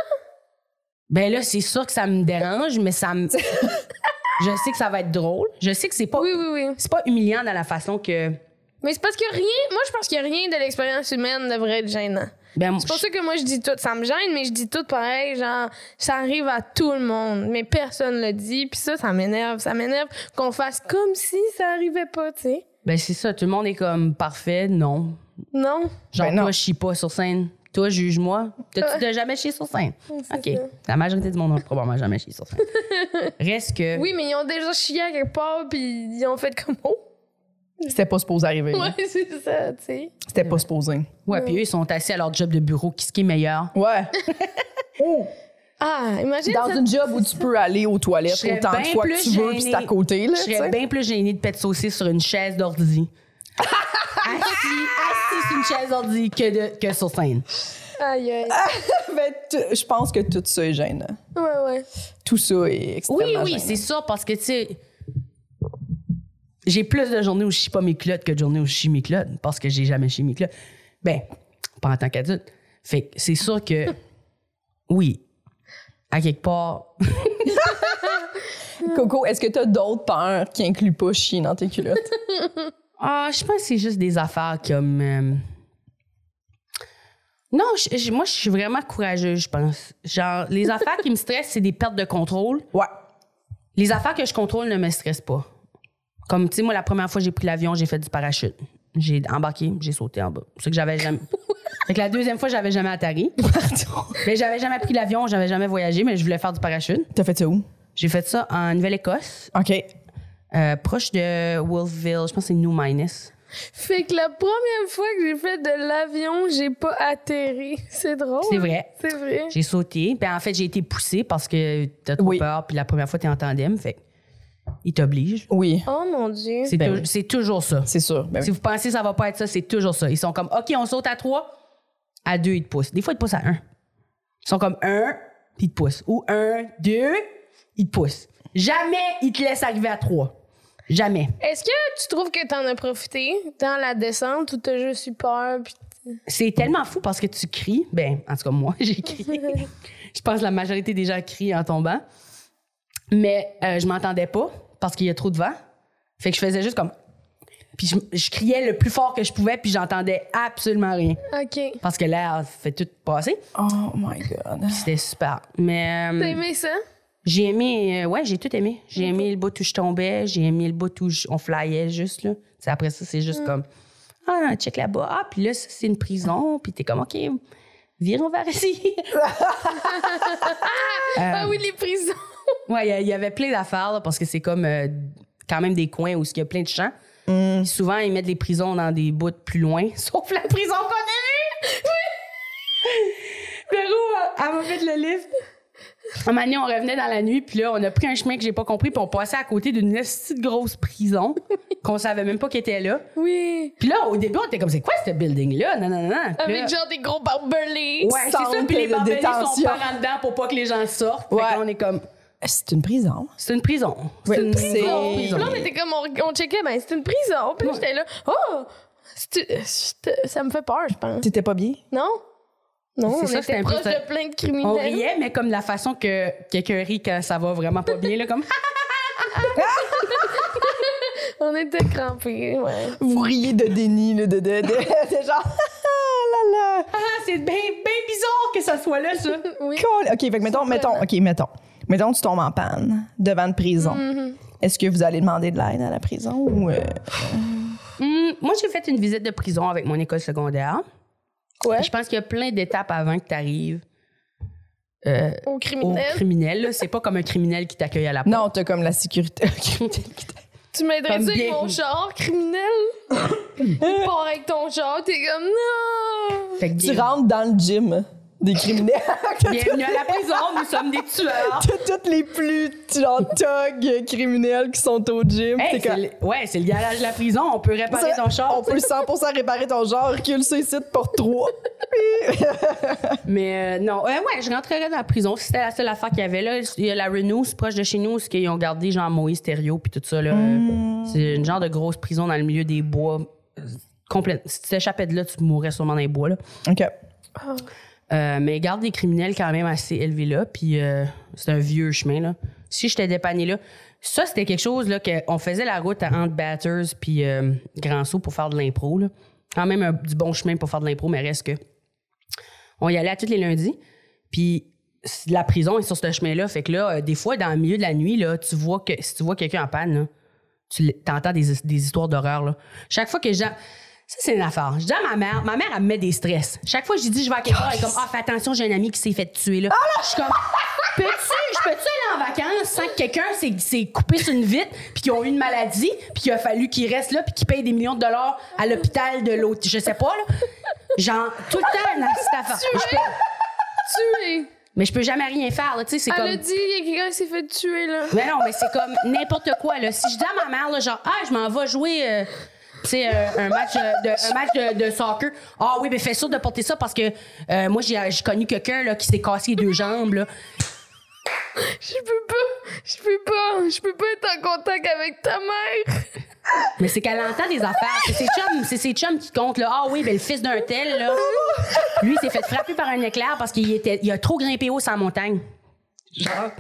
ben là, c'est sûr que ça me dérange, mais ça me. Je sais que ça va être drôle. Je sais que c'est pas. Oui, oui, oui. C'est pas humiliant dans la façon que. Mais c'est parce que rien. Moi, je pense qu'il y a rien de l'expérience humaine devrait être gênant. Ben, C'est pour ça que moi, je dis tout. Ça me gêne, mais je dis tout pareil. Genre, ça arrive à tout le monde, mais personne le dit. Puis ça, ça m'énerve. Ça m'énerve qu'on fasse comme si ça arrivait pas, tu sais. ben, c'est ça. Tout le monde est comme parfait. Non. Non? Genre, Ben non. toi, je chie pas sur scène. Toi, juge-moi. T'as-tu déjà jamais chié sur scène? c'est OK. ça. La majorité du monde n'a probablement jamais chié sur scène. Reste que. Oui, mais ils ont déjà chié à quelque part, puis ils ont fait comme oh. C'était pas supposé arriver. Ouais, c'est ça, tu sais. C'était pas supposé. Ouais, puis eux, ils sont assis à leur job de bureau. Qu'est-ce qui est meilleur? Ouais. Oh. Ah, imagine. Dans ça- une job où tu peux aller aux toilettes Je serais autant de bien fois que plus tu veux, puis gênée. c'est à côté, là. Je tu serais sais. bien plus gênée de pète saucer sur une chaise d'ordi. assis, assis sur une chaise d'ordi que, de, que sur scène. Aïe, aïe. Ben, tu- je pense que tout ça est gênant. Ouais, ouais. Tout ça est extrêmement Oui, oui, gênant. c'est ça, parce que, tu sais, j'ai plus de journées où je chie pas mes culottes que de journées où je chie mes culottes, parce que j'ai jamais chié mes culottes. Ben, pas en tant qu'adulte. Fait que c'est sûr que, oui, à quelque part, Coco, est-ce que t'as d'autres peurs qui incluent pas chier dans tes culottes? ah, je pense que c'est juste des affaires comme. euh, Non, je- je- moi, je suis vraiment courageuse, je pense. Genre, les affaires qui me stressent, c'est des pertes de contrôle. Ouais. Les affaires que je contrôle ne me stressent pas. Comme, tu sais, moi, la première fois que j'ai pris l'avion, j'ai fait du parachute. J'ai embarqué, j'ai sauté en bas. C'est ça que j'avais jamais. Fait que la deuxième fois, j'avais jamais atterri. Mais j'avais jamais pris l'avion, j'avais jamais voyagé, mais je voulais faire du parachute. T'as fait ça où? J'ai fait ça en Nouvelle-Écosse, OK. euh, proche de Wolfville. Je pense que c'est New Minas. Fait que la première fois que j'ai fait de l'avion, j'ai pas atterri. C'est drôle. C'est vrai. C'est vrai. J'ai sauté. Ben, en fait, j'ai été poussée parce que t'as trop Oui. peur. Puis la première fois, t'es en tandem. Fait que ils t'obligent. Oui, Oh mon Dieu. C'est Ben tou- oui. c'est toujours ça. c'est sûr. Ben Si oui. vous pensez que ça va pas être ça, c'est toujours ça. Ils sont comme, OK, on saute à trois. À deux, ils te poussent. Des fois, ils te poussent à un. Ils sont comme un, puis ils te poussent. Ou un, deux, ils te poussent. Jamais ils te laissent arriver à trois. Jamais. Est-ce que tu trouves que t'en as profité dans la descente ou t'as juste eu peur? Pis... C'est tellement fou parce que tu cries. Ben, en tout cas, moi, j'ai crié. Je pense que la majorité des gens crient en tombant. Mais euh, je m'entendais pas parce qu'il y a trop de vent. Fait que je faisais juste comme... Puis je, je criais le plus fort que je pouvais, puis j'entendais absolument rien. OK. Parce que l'air fait tout passer. Oh my God. C'était super. Mais euh, T'as aimé ça? j'ai aimé... euh, ouais, j'ai tout aimé. J'ai aimé le bout où je tombais. J'ai aimé le bout où je- on flyait juste, là. T'sais, après ça, c'est juste comme... Ah, check là-bas. Ah, puis là, ça, c'est une prison. Puis t'es comme, OK, virons vers ici. Ah oui, les prisons. Ouais, il y a- il y avait plein d'affaires, là, parce que c'est comme euh, quand même des coins où il y a plein de champs. Puis souvent, ils mettent les prisons dans des bouts plus loin, sauf la prison qu'on a vue. Oui! Pérou, elle m'a fait le lift. Un moment donné, on revenait dans la nuit, puis là, on a pris un chemin que j'ai pas compris, puis on passait à côté d'une petite grosse prison qu'on savait même pas qu'elle était là. Oui. Puis là, au début, on était comme, c'est quoi ce building-là? Non, non, non, non. Puis Avec là- genre des gros barbelés. Ouais, c'est ça. centre Puis les de barbelés sont détention. par en dedans pour pas que les gens sortent. Fait Ouais. que là, on est comme, C'est une prison. c'est une prison. C'est Ouais, une c'est- grosse Puis prison. là, on était comme, on, on checkait, ben c'est une prison. Puis là, j'étais là, oh! c'est- c'est- Ça me fait peur, je pense. T'étais pas bien? Non? Non, C'est on ça, c'était était un peu proche ça. de plein de On criminels. riait, mais comme la façon que quelqu'un rit quand ça va vraiment pas bien, là, comme On était crampés, ouais. Vous riez de déni, là, de, de, de, de genre, ah là là. Ah, c'est bien bizarre que ça soit là, ça. Oui. Cool. OK, fait que mettons, mettons, OK, mettons. Mettons, tu tombes en panne devant une prison. Mm-hmm. Est-ce que vous allez demander de l'aide à la prison ou... Euh... Hum, moi, j'ai fait une visite de prison avec mon école secondaire. Ouais. Je pense qu'il y a plein d'étapes avant que tu arrives euh, Au au criminel. criminel. là. C'est pas comme un criminel qui t'accueille à la porte. Non, t'as comme la sécurité. Tu m'aiderais-tu Comme avec bien- mon char criminel? Il part avec ton char, t'es comme non! Fait que tu bien- rentres dans le gym des criminels. Bienvenue à la prison, nous sommes des tueurs. T'as toutes les plus genre thugs criminels qui sont au gym. Hey, T'es c'est comme- le, ouais, c'est le garage de la prison. On peut réparer Ça, ton char. On peut cent pour cent réparer ton genre. Recule ça ici, porte trois. Mais euh, non, ouais, ouais, je rentrerais dans la prison. C'était la seule affaire qu'il y avait là. Il y a la Renault, c'est proche de chez nous, ce qu'ils ont gardé genre Moïse Stéréo puis tout ça là. Mm. C'est une genre de grosse prison dans le milieu des bois. Euh, Complète. Si tu t'échappais de là, tu mourrais sûrement dans les bois là. OK. Euh, mais garde des criminels quand même assez élevés là. Puis euh, c'est un vieux chemin là. Si j'étais dépanné là, ça c'était quelque chose là qu'on faisait la route entre Batters puis euh, Grand Sault pour faire de l'impro là. Quand même un, du bon chemin pour faire de l'impro, mais reste que on y allait à tous les lundis. Puis la prison est sur ce chemin-là. Fait que là, euh, des fois, dans le milieu de la nuit, là, tu vois que si tu vois quelqu'un en panne, là, tu entends des, des histoires d'horreur. Là. Chaque fois que je... Ça, c'est une affaire. Je dis à ma mère, ma mère, elle me met des stress. Chaque fois que je dis, je vais à quelque part, elle est comme, ah, fais attention, j'ai un ami qui s'est fait tuer, là. Je suis comme, peux-tu, je peux-tu aller en vacances sans que quelqu'un s'est, s'est coupé sur une vitre, puis qu'ils ont eu une maladie, puis qu'il a fallu qu'ils restent là, puis qu'ils payent des millions de dollars à l'hôpital de l'autre, je sais pas, là. Genre, tout le temps, dans cette affaire. Je peux- Tué! mais je peux jamais rien faire, là, tu sais, c'est Elle comme... a dit, il y a quelqu'un qui s'est fait tuer, là. Mais non, mais c'est comme n'importe quoi, là. Si je dis à ma mère, là, genre, ah, je m'en vais jouer, euh, tu sais, euh, un match, euh, de, un match de, de soccer. Ah oui, mais fais sûr de porter ça parce que euh, moi, j'ai, j'ai connu quelqu'un, là, qui s'est cassé les deux jambes, là. Je peux pas, je peux pas, je peux pas être en contact avec ta mère. Mais c'est qu'elle entend des affaires. C'est ses chums, c'est ses chums qui comptent, là. Ah oui, ben le fils d'un tel, là. Lui, il s'est fait frapper par un éclair parce qu'il était, il a trop grimpé haut sur la montagne. Genre.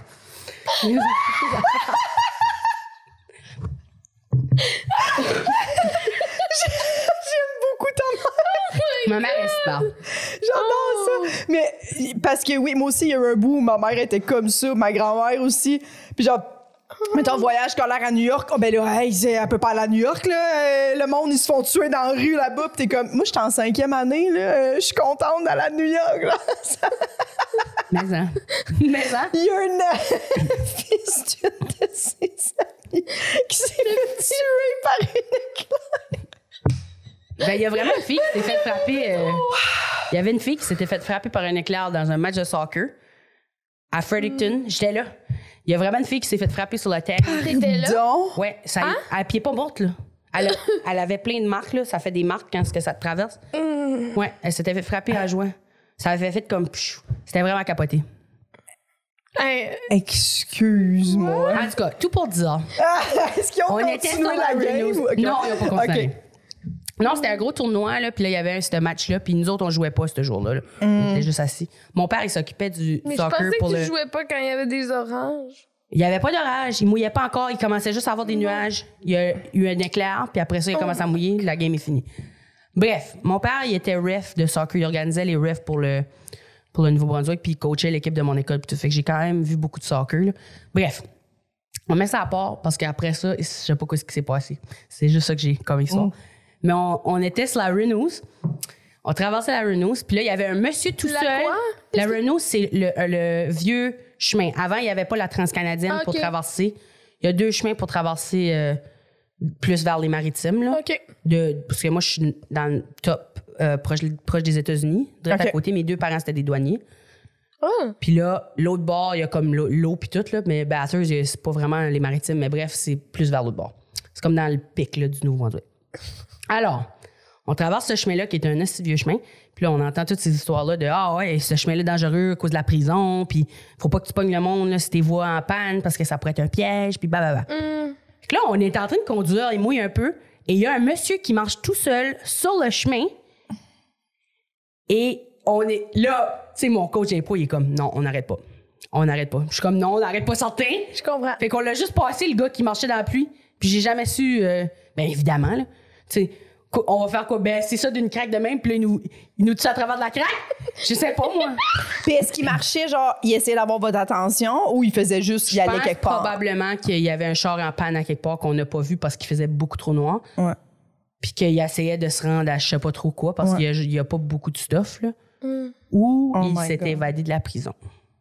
J'aime beaucoup ta mère. Ma mère, elle se parle. J'adore ça. Mais parce que oui, moi aussi, il y a eu un bout où ma mère était comme ça, ma grand-mère aussi. Puis genre, mettons, voyage scolaire à New York. Oh, ben là, hey, c'est- elle peut pas aller à New York, là. Euh, le monde, ils se font tuer dans la rue là-bas. Puis t'es comme, moi, j'étais en cinquième année, là. Euh, Je suis contente d'aller à New York, là. Mais hein. Mais hein. Il y a un euh, fils d'une de ses amies qui s'est fait tuer par une éclair. Ben, il y a vraiment une fille qui s'est fait frapper. euh, Il y avait une fille qui s'était fait frapper par un éclair dans un match de soccer à Fredericton. J'étais là. Il y a vraiment une fille qui s'est fait frapper sur la tête. T'étais là? Donc, Ouais, ça, elle pied pas morte, là. Elle, a- elle avait plein de marques, là. Ça fait des marques quand ce que ça te traverse. Ouais, elle s'était fait frapper à joint. Ça avait fait comme... pfiou. C'était vraiment capoté. Hey, excuse-moi. En tout cas, tout pour dire. Ah, est-ce qu'ils ont On était continué sur la la game? Renault. Ok. Non, ils n'ont pas continué. Ok. Non, c'était un gros tournoi, là, puis là, il y avait un, ce match-là, puis nous autres, on jouait pas ce jour-là. Là. On était juste assis. Mon père, il s'occupait du mais je soccer pensais pour que tu le... jouais pas quand il y avait des oranges. Il n'y avait pas d'orage, il mouillait pas encore, il commençait juste à avoir des nuages. Il y a eu un éclair, puis après ça, il commence à mouiller, la game est finie. Bref, mon père, il était ref de soccer, il organisait les refs pour le, pour le Nouveau-Brunswick, puis il coachait l'équipe de mon école, puis tout. Fait que j'ai quand même vu beaucoup de soccer. Là. Bref, on met ça à part, parce qu'après ça, je sais pas ce qui s'est passé. C'est juste ça que j'ai comme histoire. Mm. Mais on, on était sur la Renault, on traversait la Renault, puis là, il y avait un monsieur tout La seul. quoi? La Renault, c'est le, le vieux chemin. Avant, il n'y avait pas la transcanadienne Ah, pour ok. traverser. Il y a deux chemins pour traverser euh, plus vers les maritimes. Là. OK. De, parce que moi, je suis dans le top, euh, proche, proche des États-Unis. Direct Ok. à côté, mes deux parents, c'était des douaniers. Ah. Puis là, l'autre bord, il y a comme l'eau, l'eau puis tout, là, mais Bathurst, il y a- c'est pas vraiment les maritimes, mais bref, c'est plus vers l'autre bord. C'est comme dans le pic là, du Nouveau-Brunswick. Alors, on traverse ce chemin-là qui est un assez vieux chemin. Puis là, on entend toutes ces histoires-là de « Ah ouais, ce chemin-là est dangereux à cause de la prison, puis faut pas que tu pognes le monde là, si t'es voix en panne parce que ça pourrait être un piège, puis blablabla. Mm. Fait que là, on est en train de conduire, il mouille un peu, et il y a un monsieur qui marche tout seul sur le chemin. Et on est là, tu sais, mon coach impro, il est comme « Non, on n'arrête pas. On n'arrête pas. » Je suis comme « Non, on n'arrête pas certain. » Je comprends. Fait qu'on l'a juste passé, le gars qui marchait dans la pluie. Puis j'ai jamais su... euh, bien évidemment, là. Tu sais, On va faire quoi? Ben, c'est ça d'une craque de même, puis là, il nous, il nous tue à travers de la craque? Je sais pas, moi. Puis est-ce qu'il marchait, genre, il essayait d'avoir votre attention ou il faisait juste y aller quelque part? Probablement qu'il y avait un char en panne à quelque part qu'on n'a pas vu parce qu'il faisait beaucoup trop noir. Ouais. Puis qu'il essayait de se rendre à je sais pas trop quoi parce Ouais. qu'il n'y a, a pas beaucoup de stuff, là. Mm. Ou Oh il my s'était God. évadé de la prison.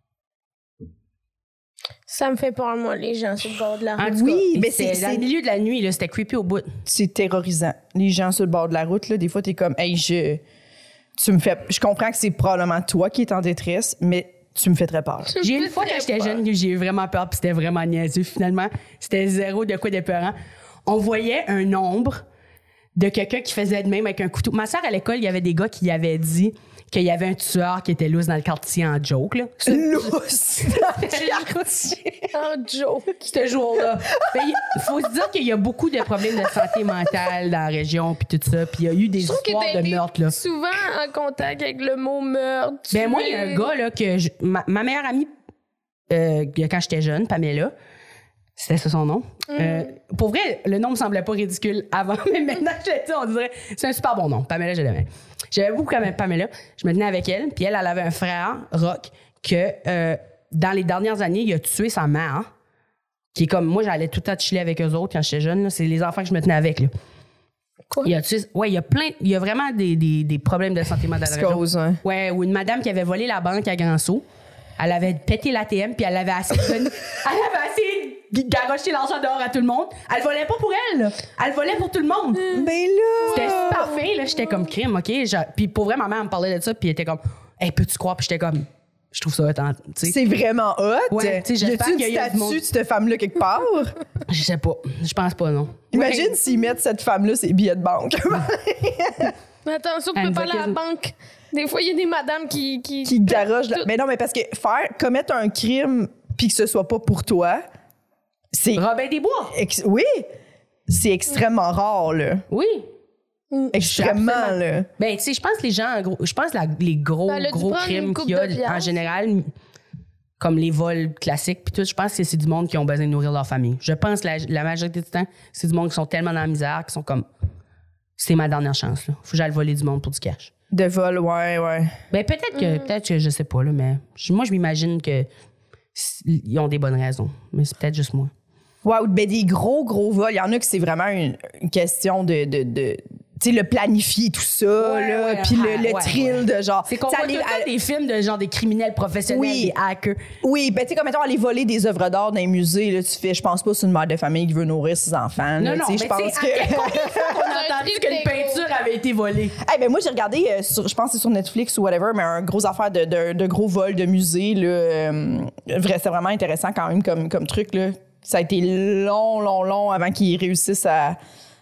Ça me fait peur, moi, les gens sur le bord de la En route. tout Oui, cas, mais c'était c'est- dans c'est- le milieu de la nuit, là, c'était creepy au bout. C'est terrorisant. Les gens sur le bord de la route, là, des fois, t'es comme, hey, je. Tu me fais. Je comprends que c'est probablement toi qui es en détresse, mais tu me fais très peur. J'ai une fois quand j'étais jeune, que j'ai eu vraiment peur, puis c'était vraiment niaiseux. Finalement, c'était zéro de quoi d'épeurant. On voyait un ombre de quelqu'un qui faisait de même avec un couteau. Ma soeur, à l'école, il y avait des gars qui y avaient dit qu'il y avait un tueur qui était lousse dans le quartier en joke, là. Lousse! En joke. Ce jour-là. Ben, il faut se dire qu'il y a beaucoup de problèmes de santé mentale dans la région, puis tout ça. Puis il y a eu des Je trouve que histoires t'as de été meurtres, là. souvent en contact avec le mot meurtre. Ben moi, il y a un gars, là, que je- ma, ma meilleure amie, euh, quand j'étais jeune, Pamela, c'était ça son nom. Euh, pour vrai, le nom me semblait pas ridicule avant, mais maintenant, je le dis, on dirait, c'est un super bon nom. Pamela, je l'aimais. J'avais beaucoup comme Pamela. Je me tenais avec elle, puis elle, elle avait un frère, Rock, que euh, dans les dernières années, il a tué sa mère, qui est comme, moi, j'allais tout le temps chiller avec eux autres quand j'étais jeune. là. C'est les enfants que je me tenais avec. Là. Quoi? Il y a, tu sais, ouais, il y a plein, il y a vraiment des, des, des problèmes de santé mentale. dans la région. Cause, hein. Ouais, ou une madame qui avait volé la banque à Grand-Sault. Elle avait pété l'A T M puis elle avait essayé de donner- elle avait essayé de garocher l'argent dehors à tout le monde. Elle volait pas pour elle, là. Elle volait pour tout le monde. Ben là! C'était super fait, là. J'étais comme crime, OK? Genre- Puis pour vrai, ma mère me parlait de ça puis elle était comme, hey, peux-tu croire? Puis j'étais comme, je trouve ça attends, tu sais. C'est vraiment hot. Ouais, tu sais, y j'espère a-tu une qu'il y a du monde- statue de cette femme-là quelque part? Je sais pas. Je pense pas, non. Imagine Ouais. s'ils mettent cette femme-là ses billets de banque. Mais attention, tu Elle peux nous pas a aller à la quasiment- banque. Des fois, il y a des madames qui... Qui, qui garochent. la- tout. Mais non, mais parce que faire, commettre un crime puis que ce soit pas pour toi, c'est. Robin des Bois. ex- Oui! C'est extrêmement rare, là. Oui. Extrêmement, absolument- là. Ben, tu sais, je pense que les gens, gros- je pense que la- les gros, Ben, elle a dû gros prendre une crimes coupe qu'il y a de piastres. en général, comme les vols classiques, puis tout, je pense que c'est du monde qui ont besoin de nourrir leur famille. Je pense que la, la majorité du temps, c'est du monde qui sont tellement dans la misère, qui sont comme, c'est ma dernière chance, là. Faut que j'aille voler du monde pour du cash. De vol, ouais, ouais. Ben, peut-être que, peut-être que je sais pas, là, mais je- moi, je m'imagine que s- ils ont des bonnes raisons. Mais c'est peut-être juste moi. Ouais, ou ben des gros, gros vols. Il y en a que c'est vraiment une, une question de. de, de tu sais, le planifier, tout ça, Ouais, là. ouais, Puis le, ouais, le ouais, thrill ouais. de genre. C'est qu'on tu sais, voit tout aller- le temps des films de genre des criminels professionnels, Oui. des hackers. Oui, ben tu sais, comme mettons, aller voler des œuvres d'art dans les musées, là, tu fais, je pense pas que c'est une mère de famille qui veut nourrir ses enfants. Non, là, non, tu mais sais, tu je sais, pense à que. quel point on a un entendu trip qu'une d'égo. peinture avait été volée. Eh ben moi, j'ai regardé, euh, sur, je pense que c'est sur Netflix ou whatever, mais un gros affaire de, de, de gros vols de musée. Là, euh, vrai, c'est vraiment intéressant quand même comme, comme truc. Là. Ça a été long, long, long avant qu'ils réussissent à,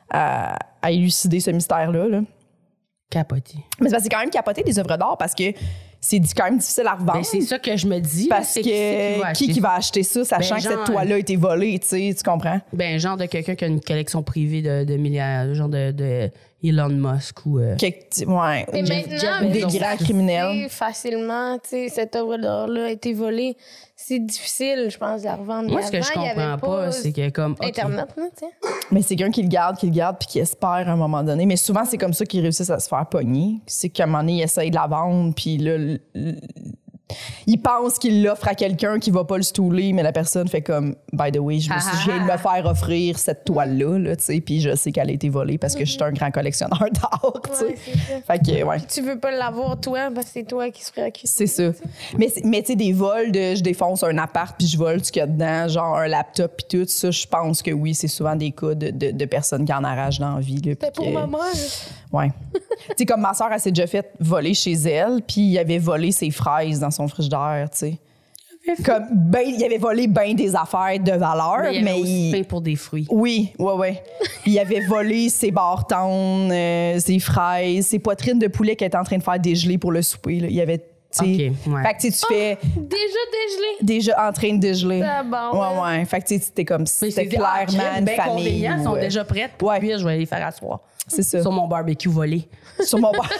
à, à élucider ce mystère-là. Là. Capoté. Mais c'est parce que c'est quand même capoté des œuvres d'art parce que c'est du- quand même difficile à revendre. Ben, c'est ça que je me dis. parce c'est que va qui, acheter qui ça? va acheter ça, sachant Ben, que genre, cette toile-là a été volée, tu sais, tu comprends? Ben, genre de quelqu'un qui a une collection privée de, de milliards, genre de, de Elon Musk ou. euh, Quelque- ouais. Mais ou- Jeff- maintenant, Jeff vu Des que Bezos. ça grands se criminels. sait facilement, tu sais, cette œuvre d'art-là a été volée. C'est difficile, je pense, de la revendre. Moi, Mais ce que je avant, il y comprends avait pas, c'est que comme. ok. Internet, là, tu sais. Mais c'est quelqu'un qui le garde, qui le garde, puis qui espère à un moment donné. Mais souvent, c'est comme ça qu'ils réussissent à se faire pogner. C'est qu'à un moment donné, ils essayent de la vendre, puis là, l- l- ils pensent qu'ils l'offrent à quelqu'un qui va pas le stouler, mais la personne fait comme, by the way, je, me suis- je viens de me faire offrir cette toile-là, là, tu sais, puis je sais qu'elle a été volée parce que je suis un grand collectionneur d'art, tu sais. Ouais, c'est ça. Fait que, ouais. Tu veux pas l'avoir, toi, parce que c'est toi qui serais accusé. C'est ça. Mais, c'est- mais tu sais, des vols de je défonce un appart puis je vole ce qu'il y a dedans, genre un laptop puis tout, ça, je pense que oui, c'est souvent des cas de, de, de personnes qui en arrachent dans la vie. là, C'était puis pour que- ma mère. Ouais. Tu sais, comme ma soeur, elle s'est déjà fait voler chez elle, puis il avait volé ses fraises dans son frigidaire, tu sais. Comme, ben, il avait volé bien des affaires de valeur, Mais il y mais avait aussi il- faim pour des fruits. Oui, ouais, ouais. Il avait volé ses bartons, euh, ses fraises, ses poitrines de poulet qu'elle était en train de faire dégeler pour le souper, là. Il avait, tu sais. Ok, ouais. Fait que tu sais, tu fais Déjà dégelé. déjà en train de dégeler. Ah bon, ouais, ouais. ouais. Fait que tu sais, c'était comme, Mais c'était c'est dit, ah, clairement crème, une ben famille. convenient, sont ou, euh, déjà prêtes pour ouais. cuire, je vais les faire asseoir. C'est ça. Sur mon barbecue volé. Sur mon bar.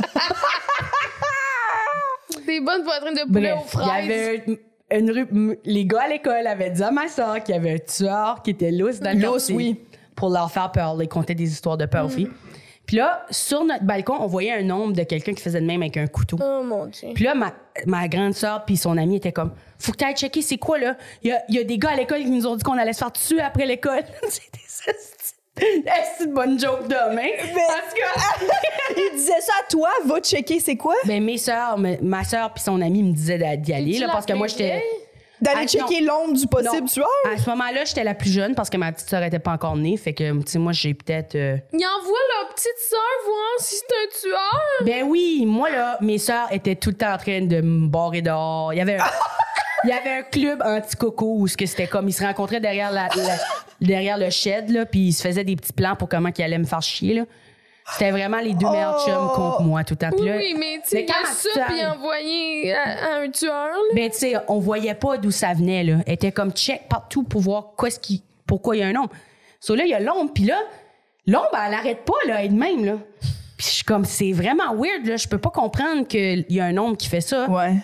Des bonnes poitrines de poulet Bref, aux il y fraises. avait une, une rue. m- Les gars à l'école avaient dit à ma soeur qu'il y avait un tueur qui était lousse dans le Lousse, quartier oui. pour leur faire peur. Ils contaient des histoires de peur aux filles. Puis là, sur notre balcon, on voyait un ombre de quelqu'un qui faisait de même avec un couteau. Oh mon Dieu. Puis là, ma, ma grande sœur puis son amie étaient comme « Faut que t'ailles checker, c'est quoi, là? Il y a, y a des gars à l'école qui nous ont dit qu'on allait se faire tuer après l'école. » C'était ça, c'est une bonne joke demain. Mais... Parce que... Il disait ça à toi, va checker, c'est quoi? Ben, mes sœurs, ma, ma sœur puis son amie me disaient d'y aller, là, parce que moi, j'étais... D'aller Ah, checker l'ombre du possible non. tueur? À ce moment-là, j'étais la plus jeune parce que ma petite sœur était pas encore née. Fait que, tu sais, moi, j'ai peut-être... Euh... Ils envoient leur petite sœur voir si c'est un tueur. Ben oui, moi, là, mes sœurs étaient tout le temps en train de me barrer dehors. Il y avait un, il y avait un club anti-coco où c'était comme, ils se rencontraient derrière, la, la, derrière le shed, là, puis ils se faisaient des petits plans pour comment ils allaient me faire chier, là. C'était vraiment les deux meilleurs Oh. chums contre moi tout le temps. Puis Oui, là, oui, mais tu sais, mais quand ma ça, sœur- puis envoyer à, à un tueur, là. Ben, tu sais, on voyait pas d'où ça venait, là. Elle était comme check partout pour voir quoi ce qui, pourquoi il y a un ombre. So là, il y a l'ombre, puis là, l'ombre, elle arrête pas, là, elle-même, là. Puis je suis comme, c'est vraiment weird, là. Je peux pas comprendre qu'il y a un ombre qui fait ça. Ouais.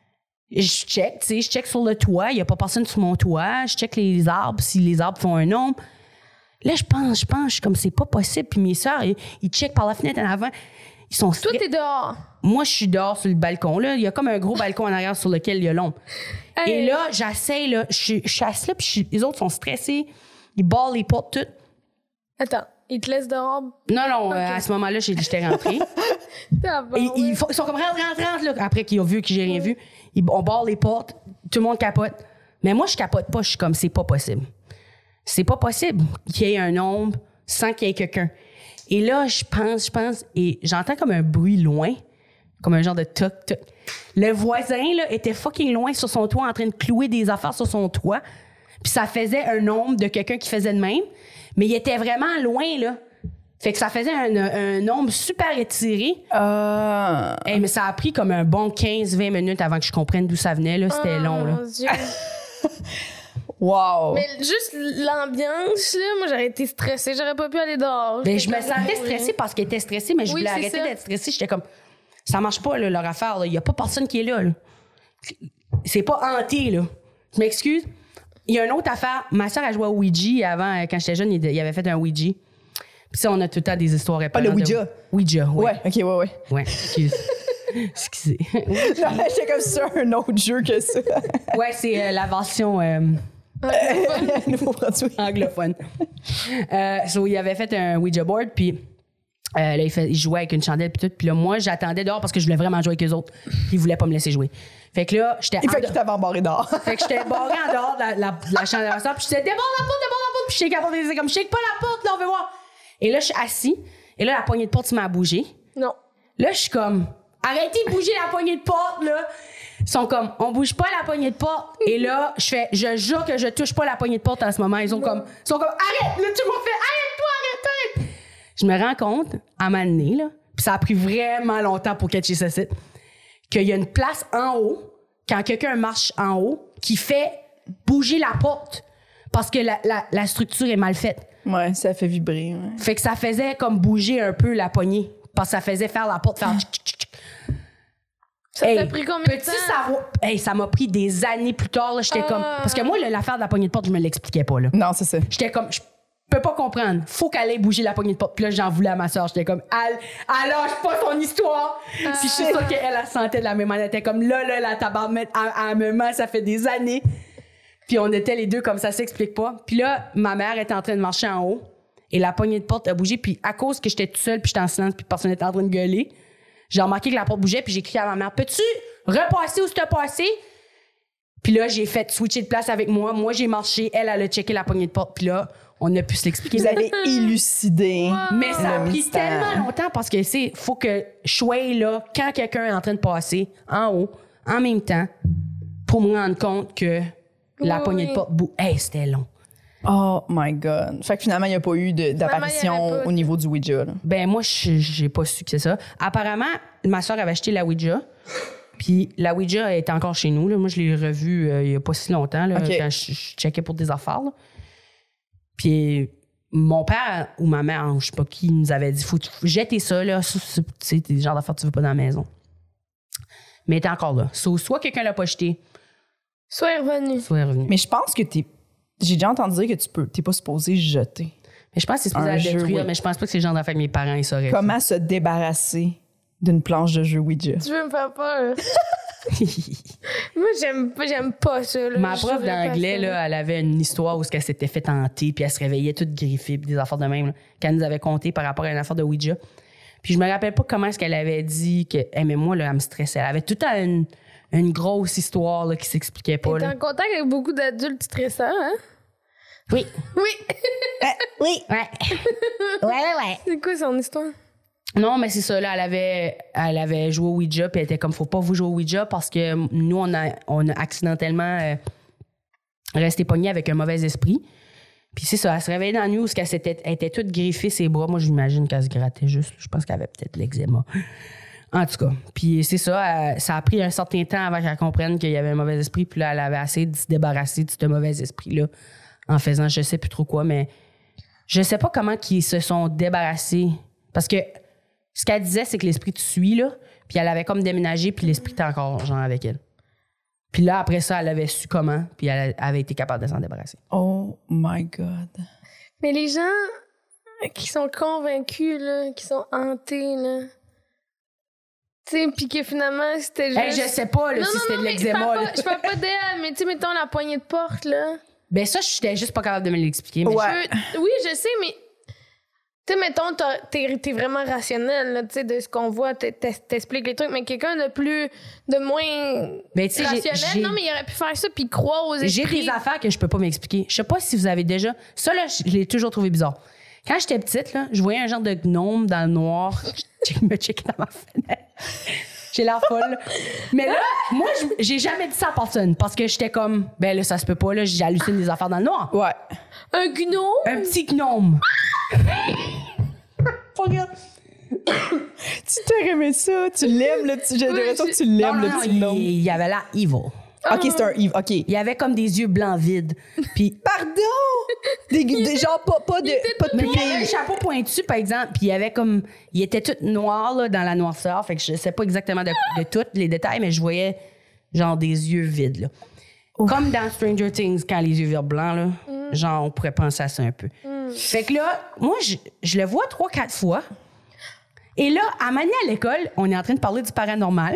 Je check, tu sais, je check sur le toit, il y a pas personne sur mon toit. Je check les arbres, si les arbres font un ombre. Là, je pense, je pense, je suis comme, c'est pas possible. Puis mes sœurs, ils, ils checkent par la fenêtre en avant. Ils sont Toi, stra- t'es dehors. Moi, je suis dehors sur le balcon, là. Il y a comme un gros balcon en arrière sur lequel il y a l'ombre. Hey. Et là, j'essaie, là, je suis- je suis assise là, puis je suis- les autres sont stressés. Ils barrent les portes toutes. Attends, ils te laissent dehors. Non, non, euh, à ce moment-là, j'ai- j'étais rentrée. T'as bon, Et ouais. ils, font- ils sont comme rentre, rentre, rentre, là. Après qu'ils ont vu que j'ai rien vu, ils, on barre les portes, tout le monde capote. Mais moi, je capote pas, je suis comme, c'est pas possible. C'est pas possible qu'il y ait un ombre sans qu'il y ait quelqu'un. Et là, je pense, je pense, et j'entends comme un bruit loin, comme un genre de toc, toc. Le voisin, là, était fucking loin sur son toit en train de clouer des affaires sur son toit. Puis ça faisait un ombre de quelqu'un qui faisait de même. Mais il était vraiment loin, là. Fait que ça faisait un, un nombre super étiré. Euh... Hey, mais ça a pris comme un bon quinze vingt minutes avant que je comprenne d'où ça venait. Là. C'était Oh, long. Là. mon Dieu. Wow. Mais juste l'ambiance, là, moi, j'aurais été stressée. J'aurais pas pu aller dehors. Ben, J'étais je me comme, sentais oui. stressée parce qu'elle était stressée, mais je Oui, voulais c'est arrêter ça. d'être stressée. J'étais comme, ça marche pas, là, leur affaire. Il y a pas personne qui est là. là. C'est pas hanté, là. Je m'excuse. Il y a une autre affaire. Ma soeur a joué au Ouija avant, euh, quand j'étais jeune, il il avait fait un Ouija. Puis ça, on a tout le temps des histoires Ah, le épeurantes de- Ouija? Ouija, oui. Ouais, ok, ouais, ouais. Ouais, excuse. Excusez. Non, j'étais comme ça, un autre jeu que ça. Ouais, c'est euh, la version euh, Nouveau-Brunswick. anglophone. Euh, so, il avait fait un Ouija board, puis euh, là, il, fait, il jouait avec une chandelle, puis tout. Puis là, moi, j'attendais dehors parce que je voulais vraiment jouer avec eux autres. Puis ils voulaient pas me laisser jouer. Fait que là, j'étais Il en fait de- qu'il t'avait embarré dehors. Fait que j'étais barré en dehors de la, la, de la chandelle ensemble, puis je disais, déborde la porte, déborde la porte, puis je shake la porte, et comme, shake pas la porte, là, on veut voir. Et là, je suis assis, et là, la poignée de porte, ça m'a bougé. Non. Là, je suis comme, arrêtez de bouger la poignée de porte, là. Ils sont comme, on bouge pas la poignée de porte. Et là, je fais, je jure que je touche pas la poignée de porte en ce moment. Ils ont comme, ils sont comme, arrête! Là, tout le monde fait, arrête-toi, arrête, arrête! Je me rends compte, à un moment donné, là, puis ça a pris vraiment longtemps pour catcher ce site, qu'il y a une place en haut, quand quelqu'un marche en haut, qui fait bouger la porte. Parce que la, la, la structure est mal faite. Ouais, ça fait vibrer. Ouais. Fait que ça faisait comme bouger un peu la poignée. Parce que ça faisait faire la porte faire tchic, tchic, tchic. Ça Hey, t'a pris combien de petit temps? savoir- hey, ça m'a pris des années plus tard. là, J'étais Ah. comme. Parce que moi, là, l'affaire de la poignée de porte, je me l'expliquais pas. Là. Non, c'est ça. J'étais comme. Je peux pas comprendre. Faut qu'elle ait bougé la poignée de porte. Puis là, j'en voulais à ma soeur. J'étais comme. Elle, elle lâche pas son histoire. Puis je suis sûre qu'elle, elle sentait de la même manière. Elle était comme là, là, la tabarmette, elle, elle me ment, ça fait des années. Puis on était les deux comme ça, s'explique pas. Puis là, ma mère était en train de marcher en haut. Et la poignée de porte a bougé. Puis à cause que j'étais toute seule, puis j'étais en silence, puis personne n'était en train de gueuler, j'ai remarqué que la porte bougeait, puis j'ai crié à ma mère, peux-tu repasser où c'était passé? Puis là, j'ai fait switcher de place avec moi. Moi, j'ai marché. Elle, elle a checké la poignée de porte. Puis là, on a pu s'expliquer. Vous avez élucidé. Mais ça a le pris mystère. tellement longtemps parce que c'est faut que je sois là quand quelqu'un est en train de passer en haut, en même temps, pour me rendre compte que la Oui, poignée oui. de porte bouge. Hey, c'était long. Oh my God. Fait que finalement, il n'y a pas eu de- il y d'apparition avait pas au de- niveau du Ouija. Là. Ben moi, je- j'ai pas su que c'est ça. Apparemment, ma soeur avait acheté la Ouija. Puis la Ouija est encore chez nous. Là. Moi, je l'ai revue euh, il y a pas si longtemps là, Ok. quand je, je checkais pour des affaires. Là. Puis mon père ou ma mère, je sais pas qui, nous avait dit faut jeter ça. Là. Ça, c'est c'est des genres d'affaires que tu veux pas dans la maison. Mais elle était encore là. So, soit quelqu'un l'a pas jeté, Sois revenu. soit elle est revenu. Mais je pense que t'es. J'ai déjà entendu dire que tu peux. T'es pas supposé jeter. Mais je pense que c'est supposé Un la jeu, détruire, oui. mais je pense pas que c'est le genre d'affaire que mes parents ils sauraient. Comment se débarrasser d'une planche de jeu Ouija? Tu veux me faire peur? Moi, j'aime pas, j'aime pas ça. Là. Ma Je prof saurais pas d'anglais, ça. là, elle avait une histoire où elle s'était fait hanter, puis elle se réveillait toute griffée, puis des affaires de même, là, qu'elle nous avait conté par rapport à une affaire de Ouija. Puis je me rappelle pas comment est-ce qu'elle avait dit que. Hey, mais moi, là, elle me stressait. Elle avait tout le temps une, une grosse histoire là, qui s'expliquait pas. T'es Là. en contact avec beaucoup d'adultes stressants, hein? Oui. Oui! Oui. Ouais. Ouais, ouais, ouais. C'est quoi son histoire? Non, mais c'est ça, là, elle avait, elle avait joué au Ouija, puis elle était comme, faut pas vous jouer au Ouija parce que nous, on a, on a accidentellement euh, resté pognés avec un mauvais esprit. Puis c'est ça, elle se réveillait dans la nuit où elle, s'était, elle était toute griffée ses bras. Moi, j'imagine qu'elle se grattait juste. Je pense qu'elle avait peut-être l'eczéma. En tout cas. Puis c'est ça, elle- ça a pris un certain temps avant qu'elle comprenne qu'il y avait un mauvais esprit. Puis là, elle avait essayé de se débarrasser de ce mauvais esprit-là en faisant je sais plus trop quoi, mais je sais pas comment ils se sont débarrassés. Parce que ce qu'elle disait, c'est que l'esprit te suit, là. Puis elle avait comme déménagé, puis l'esprit était encore, genre, avec elle. Puis là, après ça, elle avait su comment, puis elle avait été capable de s'en débarrasser. Oh my God. Mais les gens qui sont convaincus, là, qui sont hantés, là. Tu sais, puis que finalement, c'était juste. Hey, je sais pas, là, non, si non, c'était non, de mais l'eczéma, je parle là. pas- Je parle pas d'elle, mais tu sais, mettons la poignée de porte, là. Ben ça, j'étais juste pas capable de me l'expliquer. Mais Ouais. Je- oui, je sais, mais. Tu sais, mettons, t'as- t'es t'es vraiment rationnel, là, tu sais, de ce qu'on voit, t'es- t'es- t'expliques les trucs, mais quelqu'un de plus. de moins. Ben, tu sais, j'ai- rationnel, j'ai- non, mais il aurait pu faire ça puis croire aux J'ai esprits. des affaires que je peux pas m'expliquer. Je sais pas si vous avez déjà... Ça, là, je l'ai toujours trouvé bizarre. Quand j'étais petite, là, je voyais un genre de gnome dans le noir. Je me checkais dans ma fenêtre. J'ai l'air folle. Mais là, moi, je- j'ai jamais dit ça à personne parce que j'étais comme, ben là, ça se peut pas, là, j'hallucine des affaires dans le noir. Ouais. Un gnome? Un petit gnome. Regarde. Tu t'aurais aimé ça, tu l'aimes, là. Tu, j'ai l'impression que tu Non, l'aimes, non, le non, petit il, gnome. il avait l'air evil. OK, c'est un Yves. OK. Il avait comme des yeux blancs vides. Puis, Pardon! Des, des genre pas, pas de, pas de mais il avait un pupille. chapeau pointu, par exemple, puis il avait comme... Il était tout noir, là, dans la noirceur, fait que je sais pas exactement de, de tous les détails, mais je voyais, genre, des yeux vides, là. Comme dans Stranger Things, quand les yeux virent blancs, là, genre, on pourrait penser à ça un peu. Fait que là, moi, je, je le vois trois, quatre fois. Et là, à Mané à l'école, on est en train de parler du paranormal.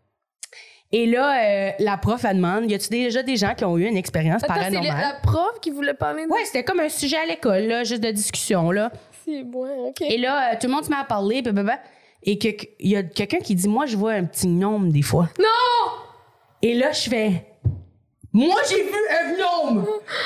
Et là, euh, la prof, elle demande, y a-tu déjà des gens qui ont eu une expérience Attends, c'est paranormale? la, la prof qui voulait parler de Ouais, c'était comme un sujet à l'école, là, juste de discussion, là. C'est bon, OK. Et là, euh, tout le monde se met à parler, blablabla. Et que- que- il y a quelqu'un qui dit, moi, je vois un petit gnome des fois. Non! Et là, je fais, moi, j'ai vu un gnome!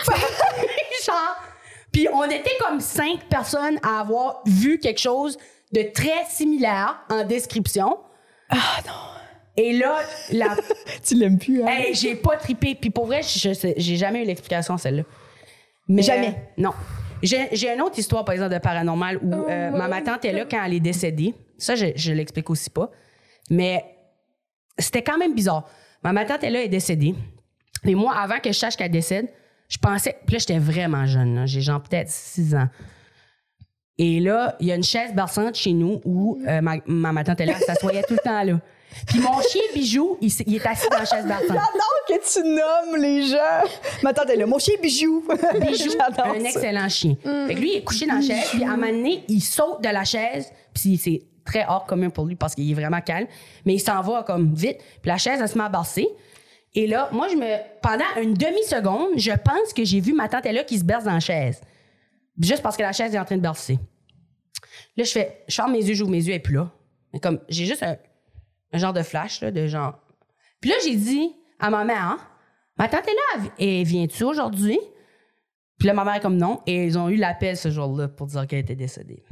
Genre, puis on était comme cinq personnes à avoir vu quelque chose de très similaire en description. Ah non. Et là, la... Tu l'aimes plus, hein? hey, j'ai pas trippé. Puis pour vrai, je sais- j'ai jamais eu l'explication, celle-là. Mais, Jamais? euh, non. J'ai, j'ai une autre histoire, par exemple, de paranormal où Oh euh, my ma, ma tante est là quand elle est décédée. Ça, je, je l'explique aussi pas. Mais c'était quand même bizarre. Ma, ma tante est là, elle est décédée. Et moi, avant que je sache qu'elle décède, je pensais... Puis là, j'étais vraiment jeune. Là. J'ai genre peut-être six ans. Et là, il y a une chaise berçante chez nous où euh, ma, ma, ma tante est là, elle s'assoyait tout le temps là. Puis mon chien Bijou, il, s- il est assis dans la chaise berçante. J'adore que tu nommes les gens. Ma tante est là. Mon chien Bijou. Bijou, J'adore un ça. excellent chien. Fait que lui, il est couché dans la chaise, puis à un moment donné, il saute de la chaise, puis c'est très hors commun pour lui parce qu'il est vraiment calme, mais il s'en va comme vite, puis la chaise, elle se met à barcer. Et là, moi, je me pendant une demi-seconde, je pense que j'ai vu ma tante là qui se berce dans la chaise. Juste parce que la chaise est en train de bercer. Là, je fais, je ferme mes yeux, j'ouvre mes yeux, elle est plus là. Mais comme, j'ai juste un, un genre de flash, là, de genre. Puis là, j'ai dit à ma mère, ma tante est là, elle vient-tu aujourd'hui? Puis là, ma mère est comme non. Et ils ont eu l'appel ce jour-là pour dire qu'elle était décédée.